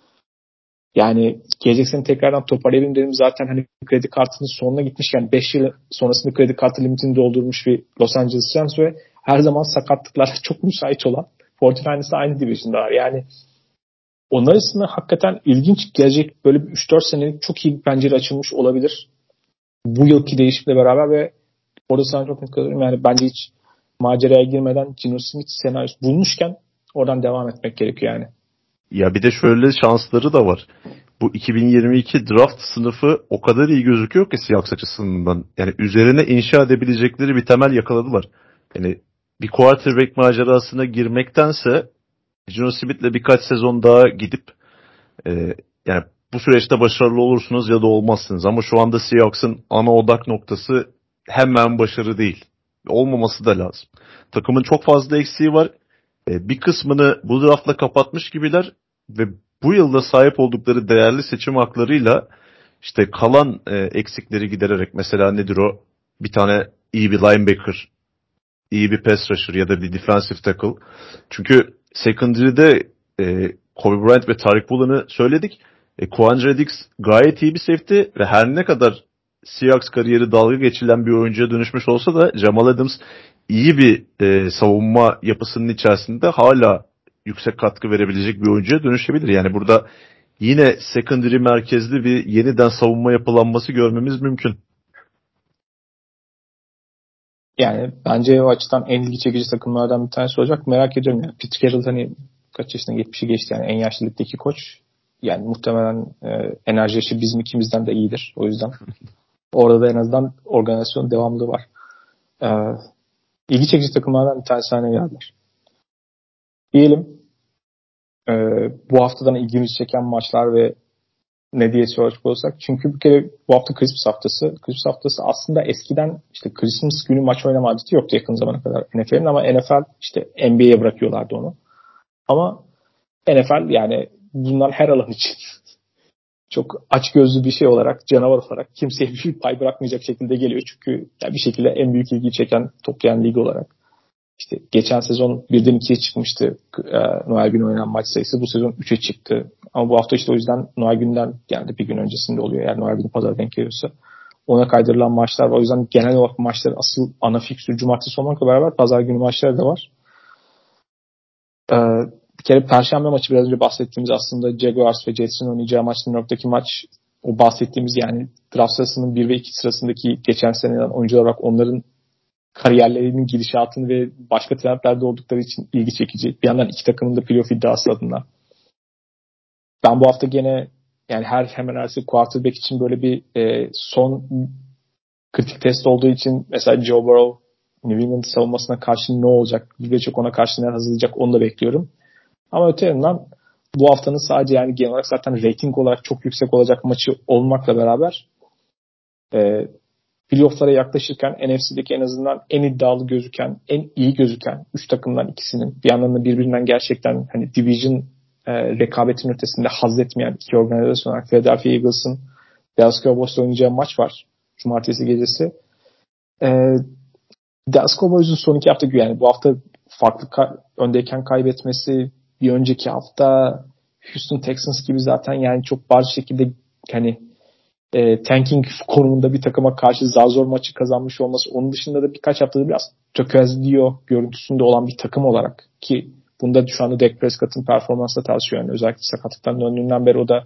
Speaker 1: Yani gelecek sene tekrardan toparlayalım dedim. Zaten hani kredi kartının sonuna gitmişken beş yıl sonrasında kredi kartı limitini doldurmuş bir Los Angeles Rams ve her zaman sakatlıklara çok müsait olan kırk dokuz'da aynı division'dalar. Yani onlar arasında hakikaten ilginç gelecek böyle üç dört senelik çok iyi bir pencere açılmış olabilir. Bu yılki değişiklikle beraber ve orada sana çok net katılıyorum. Yani bence hiç maceraya girmeden Geno Smith senaryosu bulmuşken oradan devam etmek gerekiyor yani.
Speaker 2: Ya bir de şöyle şansları da var. Bu iki bin yirmi iki draft sınıfı o kadar iyi gözüküyor ki Seahawks açısından. Yani üzerine inşa edebilecekleri bir temel yakaladılar. Yani bir quarterback macerasına girmektense Geno Smith'le birkaç sezon daha gidip e, yani bu süreçte başarılı olursunuz ya da olmazsınız. Ama şu anda Seahawks'ın ana odak noktası hemen başarı değil. Olmaması da lazım. Takımın çok fazla eksiği var. E, bir kısmını bu draftla kapatmış gibiler ve bu yılda sahip oldukları değerli seçim haklarıyla işte kalan e, eksikleri gidererek, mesela nedir o? Bir tane iyi bir linebacker, iyi bir pass rusher ya da bir defensive tackle. Çünkü secondary'de e, Kobe Bryant ve Tariq Woolen'ı söyledik. E, Quandre Diggs gayet iyi bir safety ve her ne kadar Seahawks kariyeri dalga geçilen bir oyuncuya dönüşmüş olsa da Jamal Adams iyi bir e, savunma yapısının içerisinde hala yüksek katkı verebilecek bir oyuncuya dönüşebilir. Yani burada yine secondary merkezli bir yeniden savunma yapılanması görmemiz mümkün.
Speaker 1: Yani bence o açıdan en ilgi çekici takımlardan bir tanesi olacak. Merak ediyorum yani. Pete Carroll hani kaç yaşına, yetmişi geçti yani, en yaşlı ligdeki koç. Yani muhtemelen e, enerji yaşı bizim ikimizden de iyidir. O yüzden orada da en azından organizasyon devamlılığı var. E, ilgi çekici takımlardan bir tanesi haline geldiler. Diyelim e, bu haftadan ilgimizi çeken maçlar ve ne diye soracak olursak. Çünkü bir kere bu hafta Christmas haftası. Christmas haftası aslında eskiden işte Christmas günü maç oynama adeti yoktu yakın zamana kadar N F L'in, ama N F L işte N B A'ye bırakıyorlardı onu. Ama N F L yani bunlar her alan için çok açgözlü bir şey olarak, canavar olarak kimseye bir pay bırakmayacak şekilde geliyor. Çünkü yani bir şekilde en büyük ilgiyi çeken, toplayan lig olarak. İşte geçen sezon birden ikiye çıkmıştı e, Noel günü oynanan maç sayısı. Bu sezon üçe çıktı. Ama bu hafta işte o yüzden Noel günden geldi, bir gün öncesinde oluyor. Yani Noel günü pazar denk geliyorsa. Ona kaydırılan maçlar var. O yüzden genel olarak maçların asıl ana fikstürü cumartesi olmakla beraber pazar günü maçları da var. Ee, bir kere Perşembe maçı biraz önce bahsettiğimiz aslında Jaguars ve Jets'in oynayacağı maç, New York'taki maç o bahsettiğimiz yani draft sırasının bir ve iki sırasındaki geçen seneden oyuncular olarak onların kariyerlerinin gidişatını ve başka trendlerde oldukları için ilgi çekici. Bir yandan iki takımın da playoff iddiası adına. Ben bu hafta gene yani her hemen her şey quarterback için böyle bir e, son kritik test olduğu için mesela Joe Burrow New England savunmasına karşı ne olacak? Bir de çok ona karşı ne hazırlayacak onu da bekliyorum. Ama öte yandan bu haftanın sadece yani genel olarak zaten rating olarak çok yüksek olacak maçı olmakla beraber e, playoff'lara yaklaşırken N F C'deki en azından en iddialı gözüken, en iyi gözüken üç takımdan ikisinin bir yandan da birbirinden gerçekten hani division e, rekabetin ötesinde haz etmeyen iki organizasyon olarak Philadelphia Eagles'ın Dallas Cowboys'la oynayacağı maç var. Cumartesi gecesi. E, Dallas Cowboys'un son iki hafta yani bu hafta farklı ka- öndeyken kaybetmesi, bir önceki hafta Houston Texans gibi zaten yani çok bariz şekilde hani e, tanking konumunda bir takıma karşı zar zor maçı kazanmış olması, onun dışında da birkaç haftada biraz tökezliyor görüntüsünde olan bir takım olarak ki bunda şu anda Dak Prescott'ın performansı tartışıyor. Yani özellikle sakatlıktan döndüğünden beri o da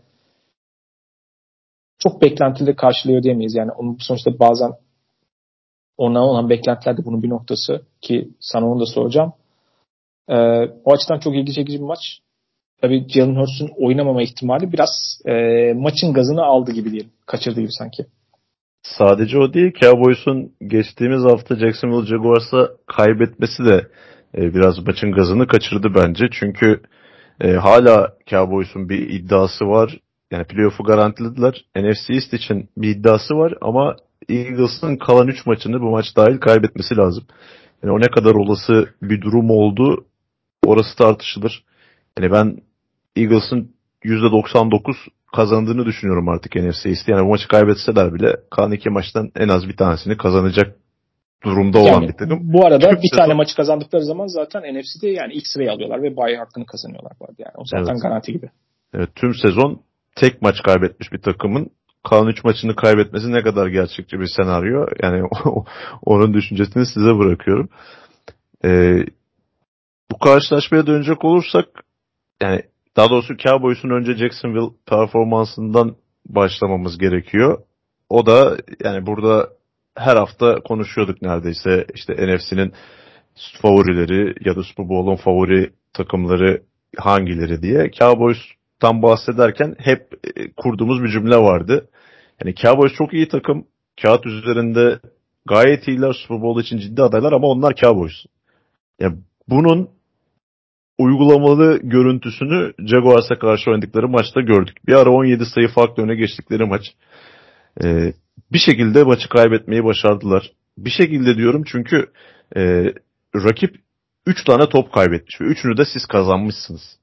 Speaker 1: çok beklentileri karşılıyor diyemeyiz. Yani onun sonuçta bazen ona olan beklentiler de bunun bir noktası ki sana onu da soracağım. Ee, o açıdan çok ilgi çekici bir maç. Tabii Jalen Hurts'un oynamama ihtimali biraz e, maçın gazını aldı gibi diyelim. Kaçırdı gibi sanki.
Speaker 2: Sadece o değil, Cowboys'un geçtiğimiz hafta Jacksonville Jaguars'a kaybetmesi de e, biraz maçın gazını kaçırdı bence. Çünkü e, hala Cowboys'un bir iddiası var. Yani playoff'u garantilediler. N F C East için bir iddiası var ama Eagles'ın kalan üç maçını bu maç dahil kaybetmesi lazım. Yani o ne kadar olası bir durum oldu orası tartışılır. Yani ben Eagles'ın yüzde doksan dokuz kazandığını düşünüyorum artık N F C East'te. Yani bu maçı kaybetseler bile kalan iki maçtan en az bir tanesini kazanacak durumda olan
Speaker 1: Yani
Speaker 2: bir takım.
Speaker 1: bu arada
Speaker 2: Tüm
Speaker 1: bir
Speaker 2: sezon,
Speaker 1: tane maçı kazandıkları zaman zaten N F C'de yani ilk sırayı alıyorlar ve bye hakkını kazanıyorlar. Yani o zaten
Speaker 2: evet,
Speaker 1: garanti gibi.
Speaker 2: evet, tüm sezon tek maç kaybetmiş bir takımın kalan üç maçını kaybetmesi ne kadar gerçekçi bir senaryo. Yani onun düşüncesini size bırakıyorum. Ee, bu karşılaşmaya dönecek olursak yani daha doğrusu Cowboys'un önce Jacksonville performansından başlamamız gerekiyor. O da yani burada her hafta konuşuyorduk neredeyse işte N F C'nin favorileri ya da Super Bowl'un favori takımları hangileri diye. Cowboys'tan bahsederken hep kurduğumuz bir cümle vardı. Yani Cowboys çok iyi takım. Kağıt üzerinde gayet iyiler, Super Bowl için ciddi adaylar ama onlar Cowboys. Yani bunun uygulamalı görüntüsünü Jaguars'a karşı oynadıkları maçta gördük. Bir ara on yedi sayı farklı öne geçtikleri maç. Ee, bir şekilde maçı kaybetmeyi başardılar. Bir şekilde diyorum çünkü e, rakip üç tane top kaybetmiş ve üçünü de siz kazanmışsınız.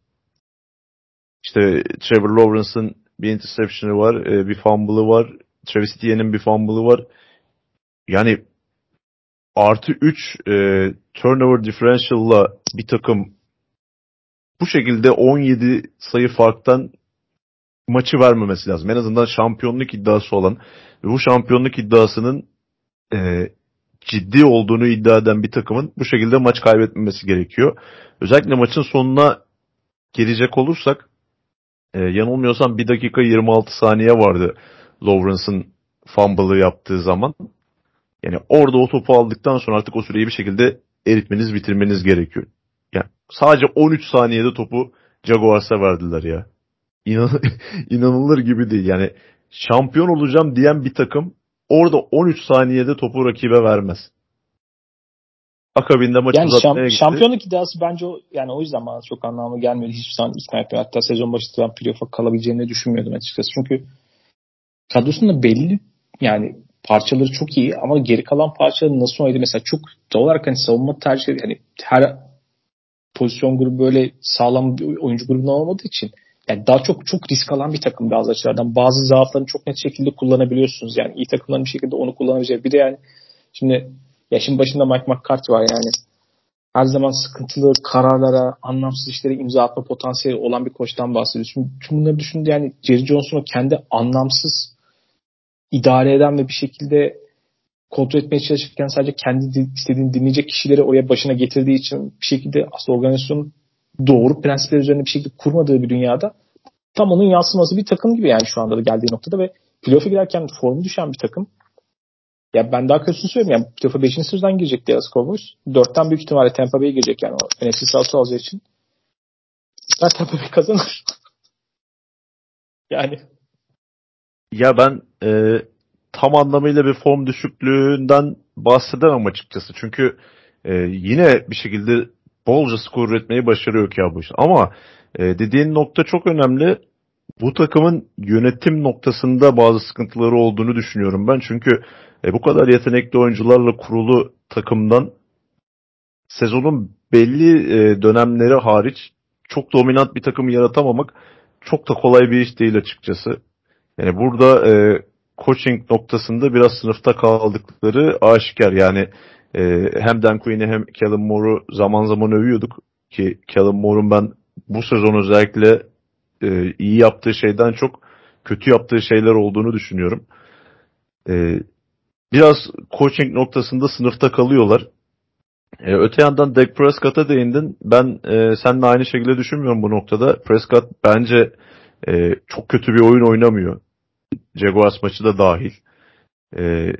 Speaker 2: İşte Trevor Lawrence'ın bir interception'ı var, e, bir fumble'ı var, Travis Etienne'in bir fumble'ı var. Yani artı üç e, turnover differential'la bir takım bu şekilde on yedi sayı farktan maçı vermemesi lazım. En azından şampiyonluk iddiası olan ve bu şampiyonluk iddiasının e, ciddi olduğunu iddia eden bir takımın bu şekilde maç kaybetmemesi gerekiyor. Özellikle maçın sonuna gelecek olursak e, yanılmıyorsam bir dakika yirmi altı saniye vardı Lawrence'ın fumble'ı yaptığı zaman. Yani orada o topu aldıktan sonra artık o süreyi bir şekilde eritmeniz, bitirmeniz gerekiyor. Yani sadece on üç saniyede topu Jaguars'a verdiler ya. İnan inanılır gibi değil. Yani şampiyon olacağım diyen bir takım orada on üç saniyede topu rakibe vermez. Akabinde maç
Speaker 1: Yani şam,
Speaker 2: uzatmaya gitti.
Speaker 1: şampiyonluk iddiası bence o, yani o yüzden bana çok anlamlı gelmiyordu. Hiçbir zaman ikna etmiyor. Hatta sezon başında ben playoff'a kalabileceğini düşünmüyordum açıkçası. Çünkü kadrosunda belli yani parçaları çok iyi ama geri kalan parçaları nasıl oynadı mesela çok doğal olarak hani savunma tercihi hani her pozisyon grubu böyle sağlam bir oyuncu grubundan olmadığı için yani daha çok çok risk alan bir takım bazı açılardan. Bazı zaaflarını çok net şekilde kullanabiliyorsunuz. Yani iyi takımların bir şekilde onu kullanabilecek. Bir de yani şimdi yaşın başında Mike McCarthy var yani. Her zaman sıkıntılı kararlara, anlamsız işlere imza atma potansiyeli olan bir koçtan bahsediyoruz. Şimdi tüm bunları düşündüğünde yani Jerry Jones'un kendi anlamsız idare eden ve bir şekilde kontrol etmeye çalışırken sadece kendi istediğini dinleyecek kişileri oraya başına getirdiği için bir şekilde aslında organizasyonun doğru prensipler üzerine bir şekilde kurmadığı bir dünyada tam onun yansıması bir takım gibi yani şu anda da geldiği noktada ve playoff'a girerken formu düşen bir takım. Ya ben daha kötüsünü söyleyeyim. Yani playoff'a beşinci sıradan girecek Dallas Cowboys. dörtten büyük ihtimalle Tampa Bay'e girecek yani o N F C South'u alacağı için. Ben Tampa Bay kazanır. yani.
Speaker 2: Ya ben e, tam anlamıyla bir form düşüklüğünden bahsedemem açıkçası. Çünkü e, yine bir şekilde bolca skor üretmeyi başarıyor Cowboys. Ama e, dediğin nokta çok önemli. Bu takımın yönetim noktasında bazı sıkıntıları olduğunu düşünüyorum ben. Çünkü e, bu kadar yetenekli oyuncularla kurulu takımdan sezonun belli e, dönemleri hariç çok dominant bir takım yaratamamak çok da kolay bir iş değil açıkçası. Yani burada e, coaching noktasında biraz sınıfta kaldıkları aşikar. Yani e, hem Dan Quinn'i hem Kellen Moore'u zaman zaman övüyorduk ki Kellen Moore'un ben bu sezon özellikle e, iyi yaptığı şeyden çok kötü yaptığı şeyler olduğunu düşünüyorum. E, biraz coaching noktasında sınıfta kalıyorlar. E, öte yandan Dak Prescott'a değindin. Ben e, seninle aynı şekilde düşünmüyorum bu noktada. Prescott bence e, çok kötü bir oyun oynamıyor. Jaguars maçı da dahil. E,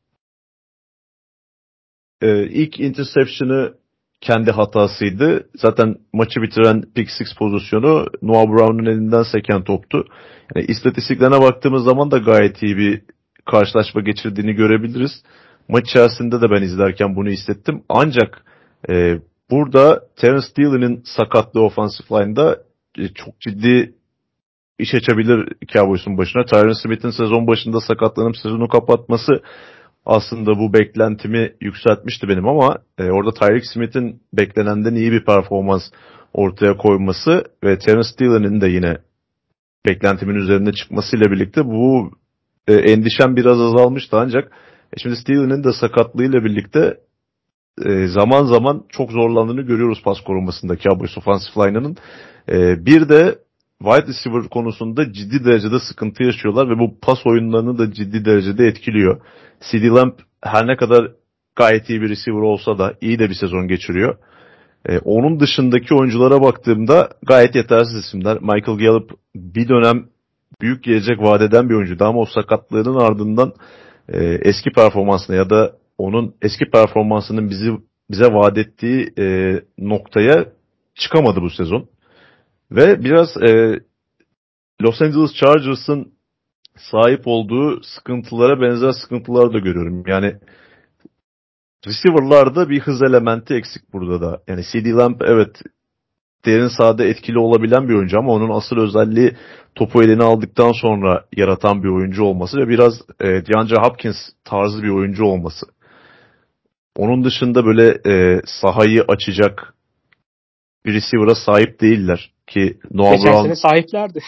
Speaker 2: e, ilk interception'ı kendi hatasıydı. Zaten maçı bitiren pick six pozisyonu Noah Brown'un elinden seken toptu. Yani istatistiklerine baktığımız zaman da gayet iyi bir karşılaşma geçirdiğini görebiliriz. Maç içerisinde de ben izlerken bunu hissettim. Ancak e, burada Terence Dillon'in sakatlığı offensive line'da e, çok ciddi iş açabilir Cowboys'un başına. Tyron Smith'in sezon başında sakatlanıp sezonu kapatması aslında bu beklentimi yükseltmişti benim ama e, orada Tyreek Smith'in beklenenden iyi bir performans ortaya koyması ve Terence Dillon'in de yine beklentimin üzerinde çıkmasıyla birlikte bu e, endişem biraz azalmıştı ancak e, şimdi Dillon'in de sakatlığıyla birlikte e, zaman zaman çok zorlandığını görüyoruz pas korunmasında Cowboys offensive line'ının. E, bir de wide receiver konusunda ciddi derecede sıkıntı yaşıyorlar ve bu pas oyunlarını da ciddi derecede etkiliyor. CeeDee Lamb her ne kadar gayet iyi bir receiver olsa da iyi de bir sezon geçiriyor. Ee, onun dışındaki oyunculara baktığımda gayet yetersiz isimler. Michael Gallup bir dönem büyük gelecek vaat eden bir oyuncuydu ama o sakatlığının ardından e, eski performansına ya da onun eski performansının bizi bize vaat ettiği e, noktaya çıkamadı bu sezon. Ve biraz e, Los Angeles Chargers'ın sahip olduğu sıkıntılara benzer sıkıntılar da görüyorum. Yani receiver'larda bir hız elementi eksik burada da. Yani CeeDee Lamb evet derin sahada etkili olabilen bir oyuncu ama onun asıl özelliği topu eline aldıktan sonra yaratan bir oyuncu olması ve biraz e, DeAndre Hopkins tarzı bir oyuncu olması. Onun dışında böyle e, sahayı açacak bir receiver'a sahip değiller ki Noah
Speaker 1: Geçen
Speaker 2: Brown.
Speaker 1: sene sahiplerdi.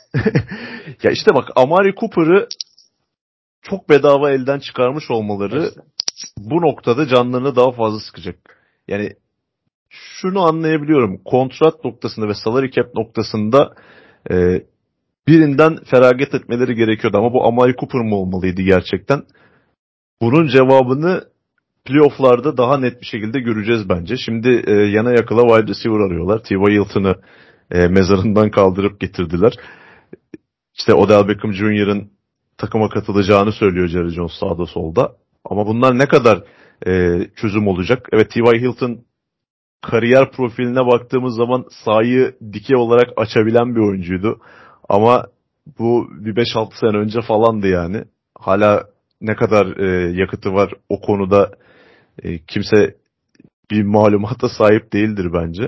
Speaker 2: Ya işte bak Amari Cooper'ı çok bedava elden çıkarmış olmaları
Speaker 1: İşte.
Speaker 2: bu noktada canlarını daha fazla sıkacak. Yani şunu anlayabiliyorum. Kontrat noktasında ve salary cap noktasında e, birinden feragat etmeleri gerekiyordu. Ama bu Amari Cooper mı olmalıydı gerçekten? Bunun cevabını playoff'larda daha net bir şekilde göreceğiz bence. Şimdi e, yana yakıla wide receiver arıyorlar. T Y. Hilton'ı e, mezarından kaldırıp getirdiler. İşte Odell Beckham Junior'ın takıma katılacağını söylüyor Jerry Jones sağda solda. Ama bunlar ne kadar e, çözüm olacak? Evet T Y. Hilton kariyer profiline baktığımız zaman sahayı dikey olarak açabilen bir oyuncuydu. Ama bu bir beş altı sene önce falandı yani. Hala ne kadar e, yakıtı var o konuda e, kimse bir malumata sahip değildir bence.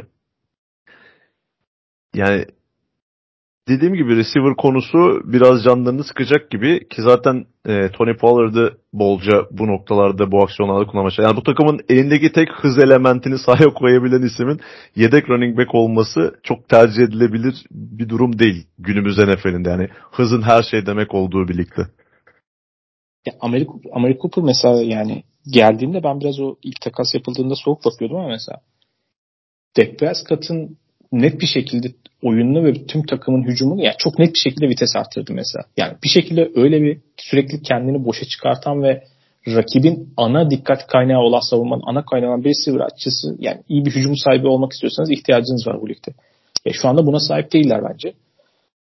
Speaker 2: Yani dediğim gibi receiver konusu biraz canlarını sıkacak gibi ki zaten e, Tony Pollard'ı bolca bu noktalarda bu aksiyonlarda kullanmış. Yani bu takımın elindeki tek hız elementini sahaya koyabilen ismin yedek running back olması çok tercih edilebilir bir durum değil günümüz N F L'inde. Yani hızın her şey demek olduğu birlikte.
Speaker 1: Ya Amerika, Amerika Cooper mesela yani geldiğinde ben biraz o ilk takas yapıldığında soğuk bakıyordum ama mesela Dak Prescott'ın net bir şekilde oyununu ve tüm takımın hücumunu yani çok net bir şekilde vites arttırdı mesela. Yani bir şekilde öyle bir sürekli kendini boşa çıkartan ve rakibin ana dikkat kaynağı olan savunmanın ana kaynağı olan bir receiver açısı yani iyi bir hücum sahibi olmak istiyorsanız ihtiyacınız var bu ligde. E şu anda buna sahip değiller bence.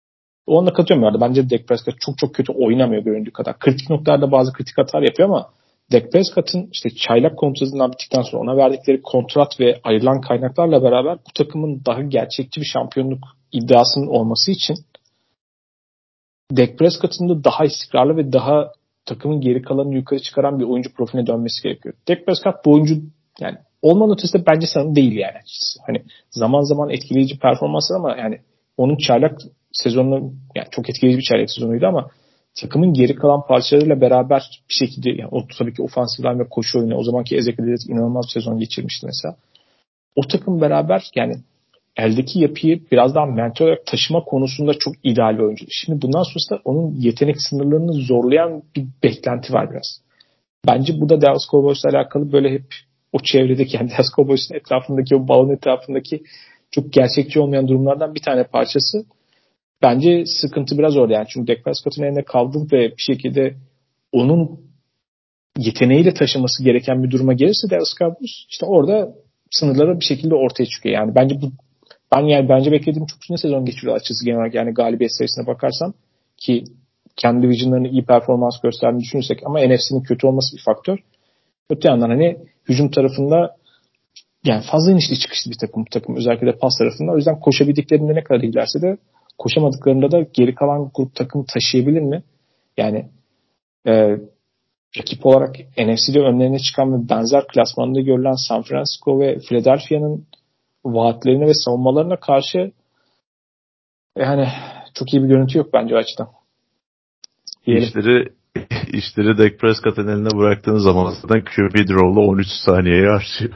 Speaker 1: Onunla katıyorum orada. Bence Dak Prescott çok çok kötü oynamıyor göründüğü kadar. Kritik noktalarda bazı kritik hatalar yapıyor ama Dak Prescott'ın işte çaylak kontratından bittikten sonra ona verdikleri kontrat ve ayrılan kaynaklarla beraber bu takımın daha gerçekçi bir şampiyonluk iddiasının olması için Dak Prescott'ın da daha istikrarlı ve daha takımın geri kalanını yukarı çıkaran bir oyuncu profiline dönmesi gerekiyor. Dak Prescott bu oyuncu yani olmanın ötesinde bence sanırım değil yani. Hani zaman zaman etkileyici performanslar ama yani onun çaylak sezonu yani çok etkileyici bir çaylak sezonuydu ama takımın geri kalan parçalarıyla beraber bir şekilde yani o tabii ki ofansif line ve koşu oyunu o zamanki Ezekiel inanılmaz bir sezon geçirmişti mesela. O takım beraber yani eldeki yapıyı biraz daha mental olarak taşıma konusunda çok ideal bir oyuncu. Şimdi bundan sonrasında onun yetenek sınırlarını zorlayan bir beklenti var biraz. Bence bu da Dallas Cowboys'la alakalı böyle hep o çevredeki yani Dallas Cowboys'un etrafındaki o balon etrafındaki çok gerçekçi olmayan durumlardan bir tane parçası. Bence sıkıntı biraz orada yani. Çünkü Dak Prescott'un elinde kaldı ve bir şekilde onun yeteneğiyle taşıması gereken bir duruma gelirse Dallas Cowboys işte orada sınırları bir şekilde ortaya çıkıyor. Yani bence bu ben yani bence beklediğim çok üstüne sezon geçiriyor açıkçası genel olarak yani galibiyet sayısına bakarsam ki kendi division'larının iyi performans gösterdiğini düşünürsek ama N F C'nin kötü olması bir faktör. Öte yandan hani hücum tarafında yani fazla inişli çıkışlı bir takım bu takım özellikle de pas tarafında. O yüzden koşabildiklerinde ne kadar iyilerse de koşamadıklarında da geri kalan grup takımı taşıyabilir mi? Yani e, rakip olarak N F C'de önlerine çıkan ve benzer klasmanda görülen San Francisco ve Philadelphia'nın vaatlerine ve savunmalarına karşı yani çok iyi bir görüntü yok bence o açıdan. Diyelim.
Speaker 2: İşleri işleri Dak Prescott'ın eline bıraktığın zaman zaten Q B draw'la on üç saniyeye harcıyor.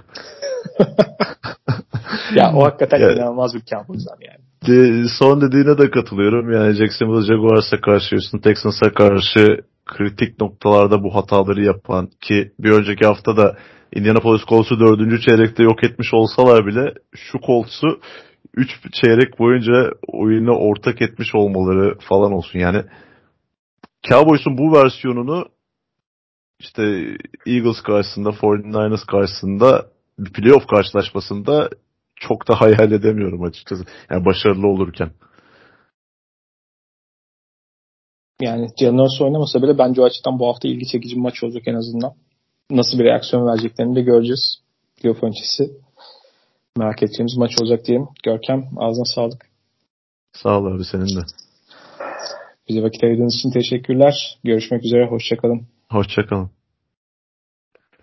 Speaker 1: Ya o hakikaten
Speaker 2: ya,
Speaker 1: inanılmaz bir kabusdan yani.
Speaker 2: De, son dediğine de katılıyorum. Yani Jacksonville Jaguars'a karşı, Houston Texans'a karşı kritik noktalarda bu hataları yapan ki bir önceki hafta da Indianapolis Colts'u dördüncü çeyrekte yok etmiş olsalar bile şu Colts'u üç çeyrek boyunca oyuna ortak etmiş olmaları falan olsun. Yani Cowboys'un bu versiyonunu işte Eagles karşısında, kırk dokuz ers karşısında bir playoff karşılaşmasında çok da hayal edemiyorum açıkçası. Yani başarılı olurken.
Speaker 1: Yani Jalen Hurts oynamasa bile bence o açıdan bu hafta ilgi çekici bir maç olacak en azından. Nasıl bir reaksiyon vereceklerini de göreceğiz. Playoff öncesi merak edeceğimiz maç olacak diyelim. Görkem ağzına sağlık.
Speaker 2: Sağ ol abi senin de.
Speaker 1: Bize vakit ayırdığınız için teşekkürler. Görüşmek üzere. Hoşçakalın.
Speaker 2: Hoşçakalın.